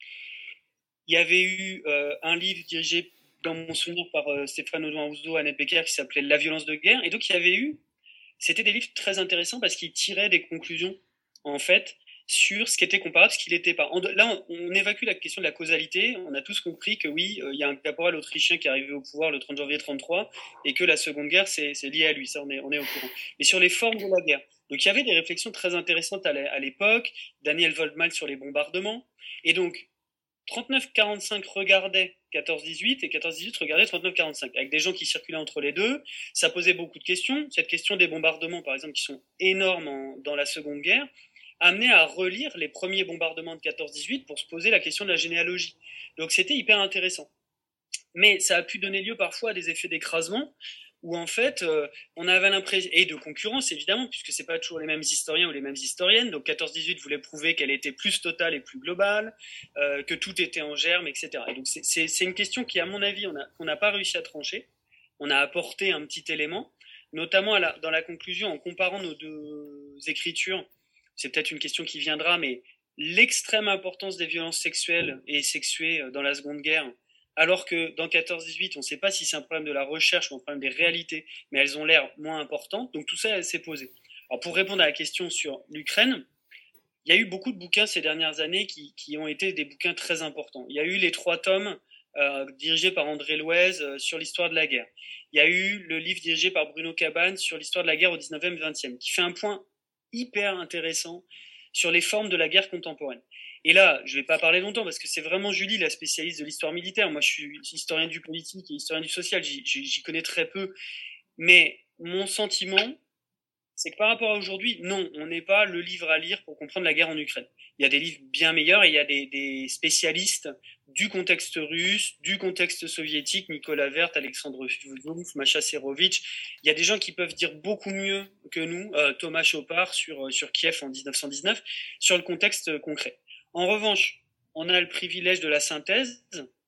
Il y avait eu euh, un livre dirigé dans mon souvenir par euh, Stéphane Audouin-Houzeau, Annette Becker, qui s'appelait La violence de guerre. Et donc il y avait eu, c'était des livres très intéressants parce qu'ils tiraient des conclusions en fait sur ce qui était comparable, ce qui n'était pas. Là, on, on évacue la question de la causalité. On a tous compris que oui, euh, il y a un caporal autrichien qui est arrivé au pouvoir le trente janvier trente-trois et que la Seconde Guerre, c'est, c'est lié à lui. Ça, on est, on est au courant. Mais sur les formes de la guerre. Donc, il y avait des réflexions très intéressantes à l'époque. Daniel Waldman sur les bombardements. Et donc, trente-neuf quarante-cinq regardait quatorze dix-huit et quatorze dix-huit regardait trente-neuf quarante-cinq, avec des gens qui circulaient entre les deux. Ça posait beaucoup de questions. Cette question des bombardements, par exemple, qui sont énormes en, dans la Seconde Guerre, amenait à relire les premiers bombardements de quatorze dix-huit pour se poser la question de la généalogie. Donc c'était hyper intéressant. Mais ça a pu donner lieu parfois à des effets d'écrasement, où en fait, euh, on avait l'impression, et de concurrence évidemment, puisque c'est pas toujours les mêmes historiens ou les mêmes historiennes, donc quatorze dix-huit voulait prouver qu'elle était plus totale et plus globale, euh, que tout était en germe, et cetera. Et donc c'est, c'est, c'est une question qui, à mon avis, on a, on n'a pas réussi à trancher. On a apporté un petit élément, notamment à la, dans la conclusion, en comparant nos deux écritures. C'est peut-être une question qui viendra, mais l'extrême importance des violences sexuelles et sexuées dans la Seconde Guerre, alors que dans quatorze dix-huit, on ne sait pas si c'est un problème de la recherche ou un problème des réalités, mais elles ont l'air moins importantes. Donc tout ça s'est posé. Alors pour répondre à la question sur l'Ukraine, il y a eu beaucoup de bouquins ces dernières années qui, qui ont été des bouquins très importants. Il y a eu les trois tomes euh, dirigés par André Loez euh, sur l'histoire de la guerre. Il y a eu le livre dirigé par Bruno Cabane sur l'histoire de la guerre au dix-neuvième et vingtième, qui fait un point hyper intéressant sur les formes de la guerre contemporaine. Et là, je ne vais pas parler longtemps parce que c'est vraiment Julie, la spécialiste de l'histoire militaire. Moi, je suis historien du politique et historien du social, j'y, j'y connais très peu. Mais mon sentiment, c'est que par rapport à aujourd'hui, non, on n'est pas le livre à lire pour comprendre la guerre en Ukraine. Il y a des livres bien meilleurs et il y a des, des spécialistes du contexte russe, du contexte soviétique, Nicolas Vert, Alexandre Volouf, Masha Serovitch. Il y a des gens qui peuvent dire beaucoup mieux que nous, euh, Thomas Chopard sur, sur Kiev en dix-neuf cent dix-neuf, sur le contexte concret. En revanche, on a le privilège de la synthèse.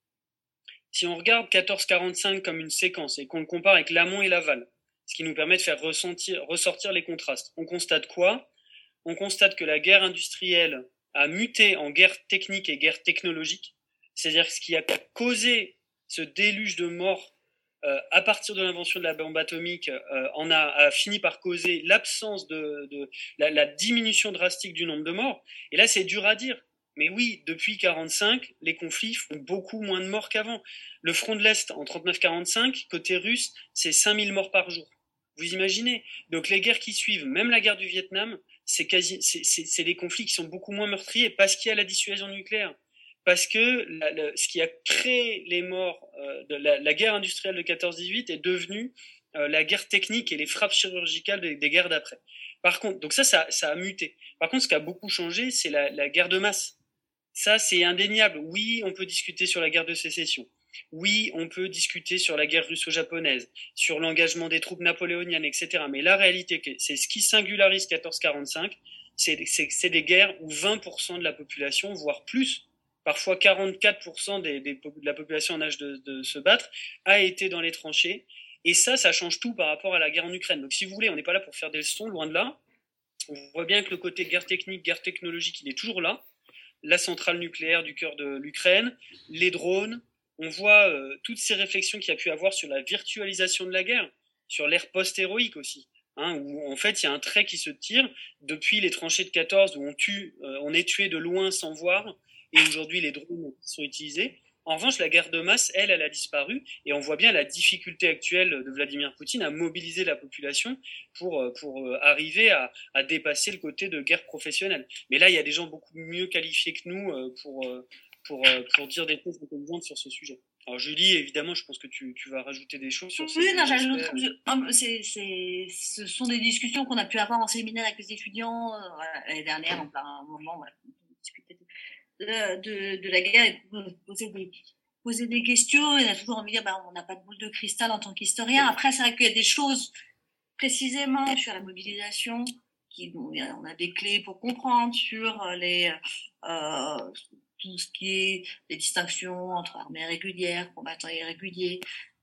Si on regarde quatorze quarante-cinq comme une séquence et qu'on le compare avec l'amont et l'aval, ce qui nous permet de faire ressentir, ressortir les contrastes, on constate quoi ? On constate que la guerre industrielle a muté en guerre technique et guerre technologique, c'est-à-dire ce qui a causé ce déluge de morts euh, à partir de l'invention de la bombe atomique euh, en a, a fini par causer l'absence de, de la, la diminution drastique du nombre de morts. Et là, c'est dur à dire. Mais oui, depuis quarante-cinq, les conflits font beaucoup moins de morts qu'avant. Le front de l'Est, en trente-neuf quarante-cinq, côté russe, c'est cinq mille morts par jour. Vous imaginez ? Donc les guerres qui suivent, même la guerre du Vietnam, c'est, quasi, c'est, c'est, c'est des conflits qui sont beaucoup moins meurtriers parce qu'il y a la dissuasion nucléaire. Parce que la, la, ce qui a créé les morts euh, de la, la guerre industrielle de quatorze dix-huit est devenu euh, la guerre technique et les frappes chirurgicales des, des guerres d'après. Par contre, donc ça, ça, ça a muté. Par contre, ce qui a beaucoup changé, c'est la, la guerre de masse. Ça, c'est indéniable. Oui, on peut discuter sur la guerre de sécession. Oui, on peut discuter sur la guerre russo-japonaise, sur l'engagement des troupes napoléoniennes, et cetera. Mais la réalité, c'est ce qui singularise quatorze quarante-cinq, c'est, c'est, c'est des guerres où vingt pour cent de la population, voire plus, parfois quarante-quatre pour cent des, des, de la population en âge de, de se battre, a été dans les tranchées. Et ça, ça change tout par rapport à la guerre en Ukraine. Donc si vous voulez, on n'est pas là pour faire des leçons, loin de là. On voit bien que le côté guerre technique, guerre technologique, il est toujours là. La centrale nucléaire du cœur de l'Ukraine, les drones. On voit euh, toutes ces réflexions qu'il y a pu avoir sur la virtualisation de la guerre, sur l'ère post-héroïque aussi, hein, où en fait il y a un trait qui se tire depuis les tranchées de quatorze où on tue, euh, on est tué de loin sans voir, et aujourd'hui les drones sont utilisés. En revanche, la guerre de masse, elle, elle a disparu, et on voit bien la difficulté actuelle de Vladimir Poutine à mobiliser la population pour, pour arriver à, à dépasser le côté de guerre professionnelle. Mais là, il y a des gens beaucoup mieux qualifiés que nous pour, pour, pour dire des choses intelligentes sur ce sujet. Alors Julie, évidemment, je pense que tu, tu vas rajouter des choses sur oui, non, j'ajoute, c'est, c'est, ce sont des discussions qu'on a pu avoir en séminaire avec les étudiants euh, l'année dernière, donc à un moment, voilà, on discutait de, de, de la guerre et poser des, poser des questions. Et on a toujours envie de dire, bah, on n'a pas de boule de cristal en tant qu'historien. Après, c'est vrai qu'il y a des choses précisément sur la mobilisation, qui, bon, on a des clés pour comprendre sur les, euh, tout ce qui est les distinctions entre armées régulières, combattants irréguliers,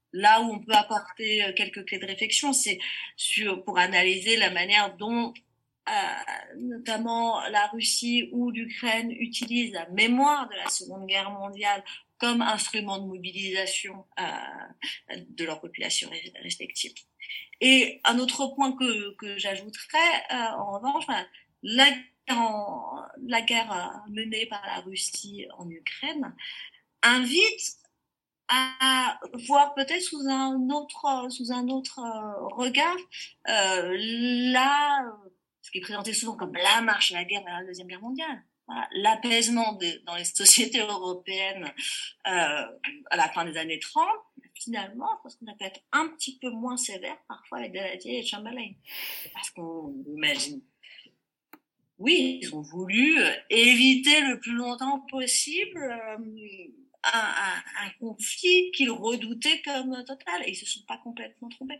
là où on peut apporter quelques clés de réflexion, c'est sur, pour analyser la manière dont euh, notamment la Russie ou l'Ukraine utilisent la mémoire de la Seconde Guerre mondiale comme instrument de mobilisation euh, de leur population respective. Et un autre point que, que j'ajouterais, euh, en revanche, la, en, la guerre menée par la Russie en Ukraine invite à voir peut-être sous un autre, sous un autre regard euh, la, ce qui est présenté souvent comme la marche à la guerre vers la Deuxième Guerre mondiale. Voilà, l'apaisement de, dans les sociétés européennes euh, à la fin des années trente, finalement, parce qu'on a peut être un petit peu moins sévère parfois avec Daladier et Chamberlain. Parce qu'on imagine, oui, ils ont voulu éviter le plus longtemps possible euh, un, un, un conflit qu'ils redoutaient comme total, et ils se sont pas complètement trompés.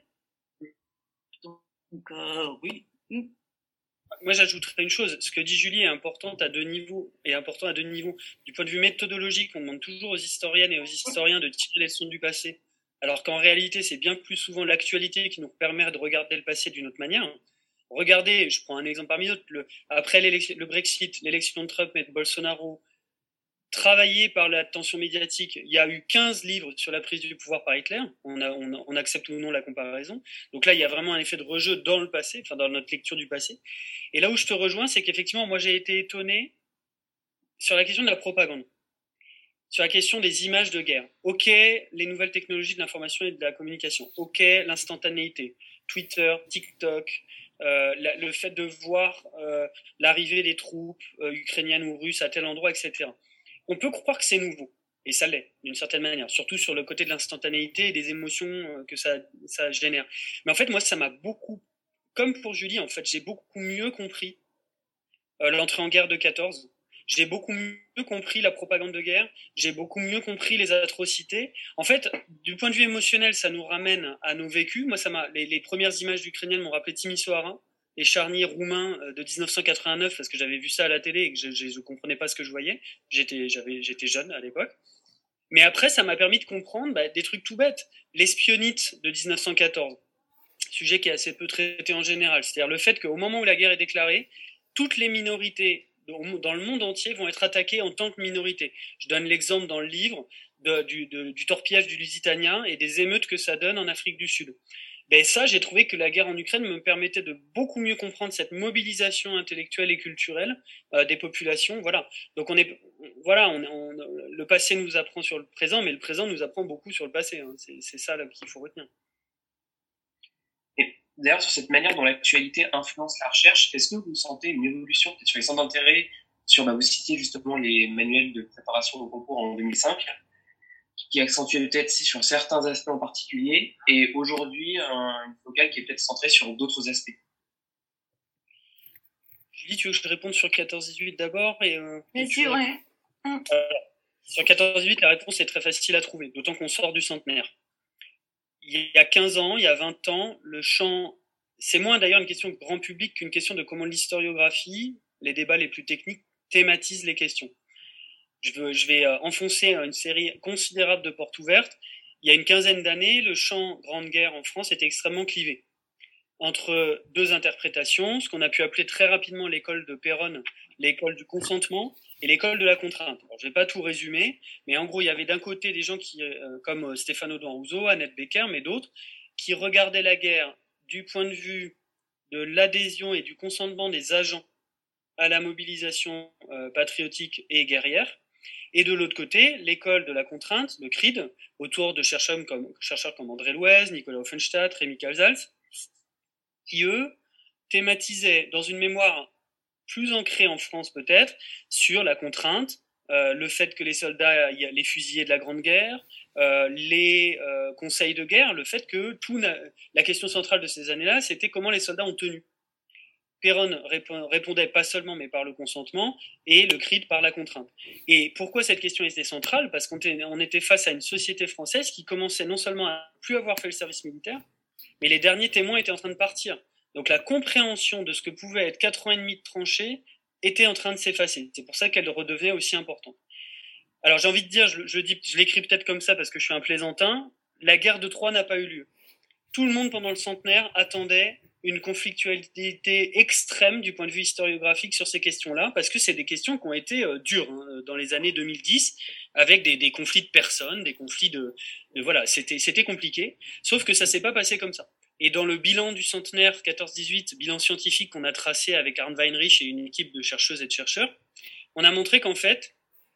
Donc, euh, oui. Moi, j'ajouterais une chose. Ce que dit Julie est important à deux niveaux, et important à deux niveaux. Du point de vue méthodologique, on demande toujours aux historiennes et aux historiens de tirer les leçons du passé, alors qu'en réalité, c'est bien plus souvent l'actualité qui nous permet de regarder le passé d'une autre manière. Regardez, je prends un exemple parmi d'autres, le, après le Brexit, l'élection de Trump et de Bolsonaro, travaillé par l'attention médiatique, il y a eu quinze livres sur la prise du pouvoir par Hitler, on, a, on, on accepte ou non la comparaison, donc là il y a vraiment un effet de rejeu dans le passé, enfin dans notre lecture du passé, et là où je te rejoins, c'est qu'effectivement moi j'ai été étonné sur la question de la propagande, sur la question des images de guerre. Ok, les nouvelles technologies de l'information et de la communication, ok, l'instantanéité, Twitter, TikTok, euh, la, le fait de voir euh, l'arrivée des troupes euh, ukrainiennes ou russes à tel endroit, et cetera. On peut croire que c'est nouveau, et ça l'est, d'une certaine manière, surtout sur le côté de l'instantanéité et des émotions que ça, ça génère. Mais en fait, moi, ça m'a beaucoup, comme pour Julie, en fait, j'ai beaucoup mieux compris euh, l'entrée en guerre de quatorze. J'ai beaucoup mieux compris la propagande de guerre, j'ai beaucoup mieux compris les atrocités. En fait, du point de vue émotionnel, ça nous ramène à nos vécus. Moi, ça m'a, les, les premières images ukrainiennes m'ont rappelé Timisoara, les charniers roumains de dix-neuf cent quatre-vingt-neuf, parce que j'avais vu ça à la télé et que je, je, je comprenais pas ce que je voyais. J'étais, j'avais, j'étais jeune à l'époque. Mais après, ça m'a permis de comprendre bah, des trucs tout bêtes. L'espionnite de dix-neuf cent quatorze, sujet qui est assez peu traité en général. C'est-à-dire le fait qu'au moment où la guerre est déclarée, toutes les minorités dans le monde entier vont être attaquées en tant que minorités. Je donne l'exemple dans le livre de, du, de, du torpillage du Lusitania et des émeutes que ça donne en Afrique du Sud. Ben ça, j'ai trouvé que la guerre en Ukraine me permettait de beaucoup mieux comprendre cette mobilisation intellectuelle et culturelle euh, des populations. Voilà. Donc on est, voilà, on, on, le passé nous apprend sur le présent, mais le présent nous apprend beaucoup sur le passé. Hein. C'est, c'est ça là qu'il faut retenir. Et d'ailleurs, sur cette manière dont l'actualité influence la recherche, est-ce que vous sentez une évolution peut-être sur les centres d'intérêt, sur, bah, vous citiez justement les manuels de préparation au concours en deux mille cinq, qui accentue peut-être sur certains aspects en particulier, et aujourd'hui, un focale qui est peut-être centré sur d'autres aspects. Julie, tu veux que je te réponde sur quatorze dix-huit d'abord et, euh, Bien sûr, ouais. euh, Sur quatorze dix-huit, la réponse est très facile à trouver, d'autant qu'on sort du centenaire. Il y a quinze ans, il y a vingt ans, le champ, c'est moins d'ailleurs une question de grand public qu'une question de comment l'historiographie, les débats les plus techniques, thématisent les questions. Je, veux, je vais enfoncer une série considérable de portes ouvertes. Il y a une quinzaine d'années, le champ Grande Guerre en France était extrêmement clivé entre deux interprétations, ce qu'on a pu appeler très rapidement l'école de Péronne, l'école du consentement et l'école de la contrainte. Alors, je ne vais pas tout résumer, mais en gros, il y avait d'un côté des gens qui, euh, comme Stéphane Audouin-Rousseau, Annette Becker, mais d'autres, qui regardaient la guerre du point de vue de l'adhésion et du consentement des agents à la mobilisation euh, patriotique et guerrière. Et de l'autre côté, l'école de la contrainte, le C R I D, autour de chercheurs comme, chercheurs comme André Louez, Nicolas Offenstadt, Rémi Calzals, qui, eux, thématisaient dans une mémoire plus ancrée en France peut-être, sur la contrainte, euh, le fait que les soldats, les fusillés de la Grande Guerre, euh, les euh, conseils de guerre, le fait que tout la question centrale de ces années-là, c'était comment les soldats ont tenu. Péronne répondait pas seulement, mais par le consentement, et le C R I D par la contrainte. Et pourquoi cette question était centrale ? Parce qu'on était face à une société française qui commençait non seulement à plus avoir fait le service militaire, mais les derniers témoins étaient en train de partir. Donc la compréhension de ce que pouvait être quatre ans et demi de tranchées était en train de s'effacer. C'est pour ça qu'elle redevenait aussi importante. Alors j'ai envie de dire, je, je, dis, je l'écris peut-être comme ça parce que je suis un plaisantin, la guerre de Troie n'a pas eu lieu. Tout le monde pendant le centenaire attendait une conflictualité extrême du point de vue historiographique sur ces questions-là, parce que c'est des questions qui ont été euh, dures hein, dans les années deux mille dix, avec des, des conflits de personnes, des conflits de... de voilà, c'était, c'était compliqué, sauf que ça s'est pas passé comme ça. Et dans le bilan du centenaire quatorze dix-huit, bilan scientifique qu'on a tracé avec Arndt Weinrich et une équipe de chercheuses et de chercheurs, on a montré qu'en fait,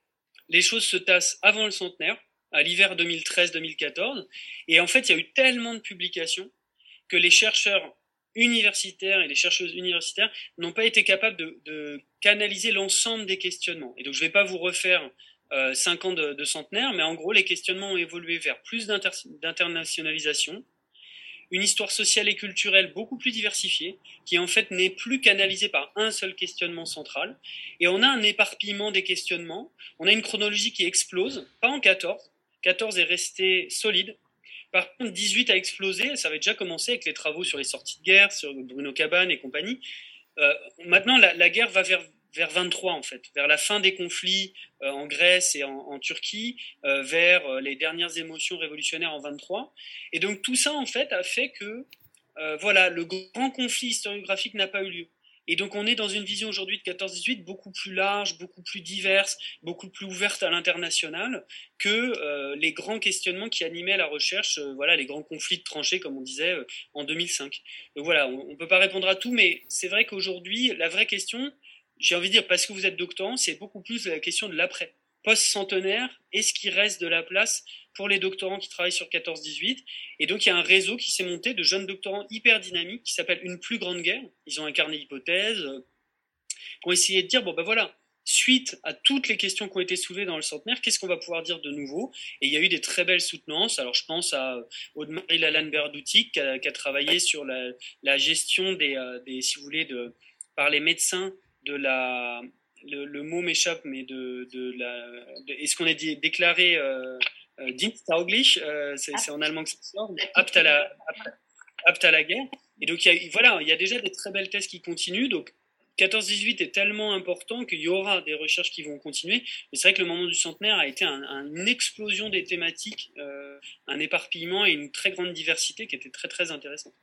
les choses se tassent avant le centenaire, à l'hiver deux mille treize deux mille quatorze, et en fait, il y a eu tellement de publications que les chercheurs universitaires et les chercheuses universitaires n'ont pas été capables de, de canaliser l'ensemble des questionnements. Et donc, je ne vais pas vous refaire euh, cinq ans de, de centenaire, mais en gros, les questionnements ont évolué vers plus d'inter- d'internationalisation, une histoire sociale et culturelle beaucoup plus diversifiée, qui en fait n'est plus canalisée par un seul questionnement central. Et on a un éparpillement des questionnements, on a une chronologie qui explose, pas en quatorze, quatorze est resté solide. Par contre, dix-huit a explosé, ça avait déjà commencé avec les travaux sur les sorties de guerre, sur Bruno Cabane et compagnie. Euh, maintenant, la, la guerre va vers, vers vingt-trois, en fait, vers la fin des conflits euh, en Grèce et en, en Turquie, euh, vers euh, les dernières émotions révolutionnaires en vingt-trois. Et donc, tout ça, en fait, a fait que, euh, voilà, le grand conflit historiographique n'a pas eu lieu. Et donc, on est dans une vision aujourd'hui de quatorze dix-huit beaucoup plus large, beaucoup plus diverse, beaucoup plus ouverte à l'international que euh, les grands questionnements qui animaient la recherche, euh, voilà, les grands conflits de tranchées, comme on disait, euh, en deux mille cinq. Donc voilà, on ne peut pas répondre à tout, mais c'est vrai qu'aujourd'hui, la vraie question, j'ai envie de dire, parce que vous êtes doctorant, c'est beaucoup plus la question de l'après. Post-centenaire, est-ce qu'il reste de la place pour les doctorants qui travaillent sur quatorze dix-huit? Et donc, il y a un réseau qui s'est monté de jeunes doctorants hyper dynamiques qui s'appelle Une plus grande guerre. Ils ont incarné l'hypothèse, euh, qui ont essayé de dire, bon ben voilà, suite à toutes les questions qui ont été soulevées dans le centenaire, qu'est-ce qu'on va pouvoir dire de nouveau? Et il y a eu des très belles soutenances. Alors, je pense à Aude-Marie Lalanne-Berdoutic, qui a, qui a travaillé sur la, la gestion des, euh, des, si vous voulez, de, par les médecins de la... Le, le mot m'échappe, mais de, de la... De, est-ce qu'on a dit, déclaré... Euh, Euh, Diensttauglich, euh, c'est, c'est en allemand que ça sort, apte à la, apte, apte à la guerre. Et donc, il y a, voilà, il y a déjà des très belles thèses qui continuent. Donc, quatorze dix-huit est tellement important qu'il y aura des recherches qui vont continuer. Mais c'est vrai que le moment du centenaire a été un, un, une explosion des thématiques, euh, un éparpillement et une très grande diversité qui était très, très intéressante.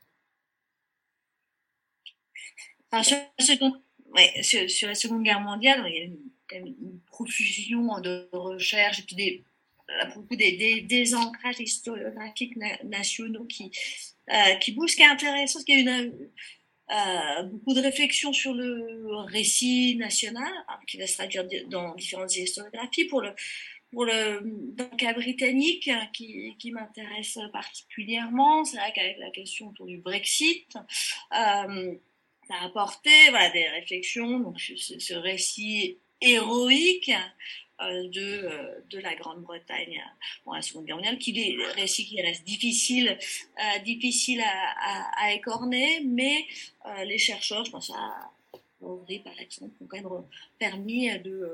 Alors, sur, la seconde, ouais, sur, sur la Seconde Guerre mondiale, il y a une, une profusion de recherches et puis des beaucoup des, des, des ancrages historiographiques na- nationaux qui, euh, qui bougent. Ce qui est intéressant, c'est qu'il y a une, euh, beaucoup de réflexions sur le récit national, hein, qui va se traduire dans différentes historiographies. Pour le, pour le, dans le cas britannique, hein, qui, qui m'intéresse particulièrement, c'est vrai qu'avec la question autour du Brexit, euh, ça a apporté voilà, des réflexions, donc ce, ce récit héroïque de, de la Grande-Bretagne pour la Seconde Guerre mondiale, qui est des récits qui restent difficiles, euh, difficiles à, à, à écorner, mais euh, les chercheurs, je pense à Auvry par exemple, ont quand même permis de,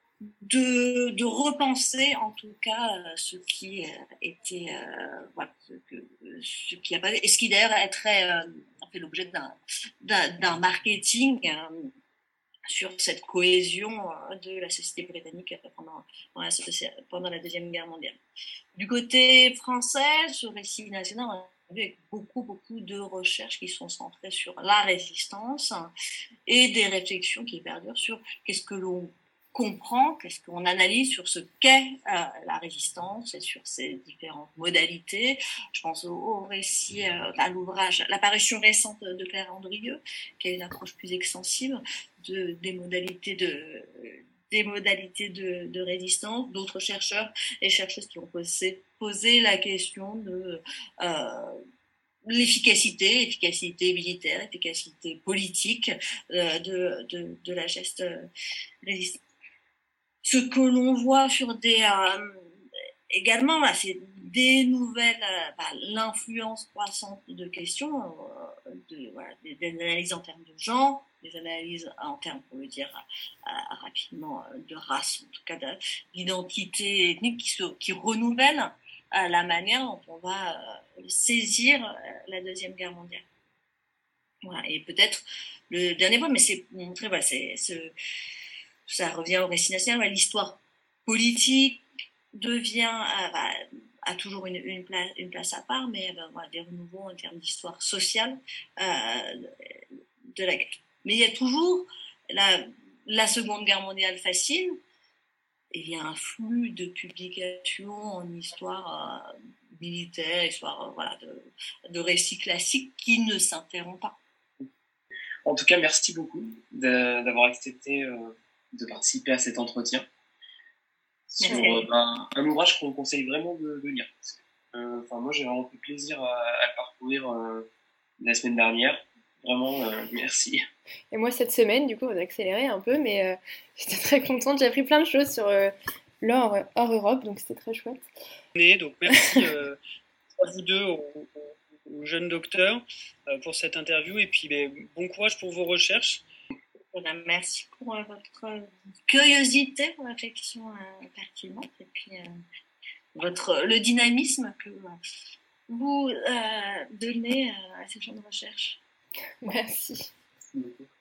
de, de repenser en tout cas ce qui était, euh, voilà, ce, que, ce qui a pas, et ce qui d'ailleurs est très, euh, fait l'objet d'un, d'un, d'un marketing euh, sur cette cohésion de la société britannique pendant, pendant, la, pendant la Deuxième Guerre mondiale. Du côté français, ce récit national, on a vu avec beaucoup, beaucoup de recherches qui sont centrées sur la résistance et des réflexions qui perdurent sur qu'est-ce que l'on comprend, qu'est-ce qu'on analyse sur ce qu'est euh, la résistance et sur ses différentes modalités. Je pense au, au récit, euh, à l'ouvrage, l'apparition récente de Claire Andrieux, qui a une approche plus extensive de, des modalités de, des modalités de, de résistance. D'autres chercheurs et chercheuses qui ont posé, posé la question de euh, l'efficacité, efficacité militaire, efficacité politique euh, de, de, de la geste euh, résistance. Ce que l'on voit sur des euh, également là, c'est des nouvelles, euh, bah, l'influence croissante de questions, euh, de, voilà, des, des analyses en termes de genre, des analyses en termes, pour le dire euh, rapidement, de race, en tout cas d'identité ethnique, qui, se, qui renouvellent euh, la manière dont on va euh, saisir euh, la Deuxième Guerre mondiale. Voilà, et peut-être le dernier point, mais c'est montrer, voilà, c'est ce ça revient au récit national, l'histoire politique devient, a toujours une, une, place, une place à part, mais ben, voilà, des renouveaux en termes d'histoire sociale euh, de la guerre. Mais il y a toujours la, la Seconde Guerre mondiale fascine, et il y a un flux de publications en histoire euh, militaire, histoire euh, voilà, de, de récits classiques qui ne s'interrompt pas. En tout cas, merci beaucoup de, d'avoir accepté euh, de participer à cet entretien sur euh, un, un ouvrage qu'on conseille vraiment de, de lire. Euh, moi, j'ai vraiment pris plaisir à, à le parcourir euh, la semaine dernière. Vraiment, euh, merci. Et moi, cette semaine, du coup, on a accéléré un peu, mais euh, j'étais très contente. J'ai appris plein de choses sur euh, l'or hors Europe, donc c'était très chouette. Donc, merci euh, à vous deux, aux, aux jeunes docteurs, euh, pour cette interview. Et puis, ben, bon courage pour vos recherches. Merci pour euh, votre curiosité, pour réflexion euh, pertinente, et puis euh, votre, le dynamisme que vous euh, donnez euh, à ces gens de recherche. Merci. Merci beaucoup.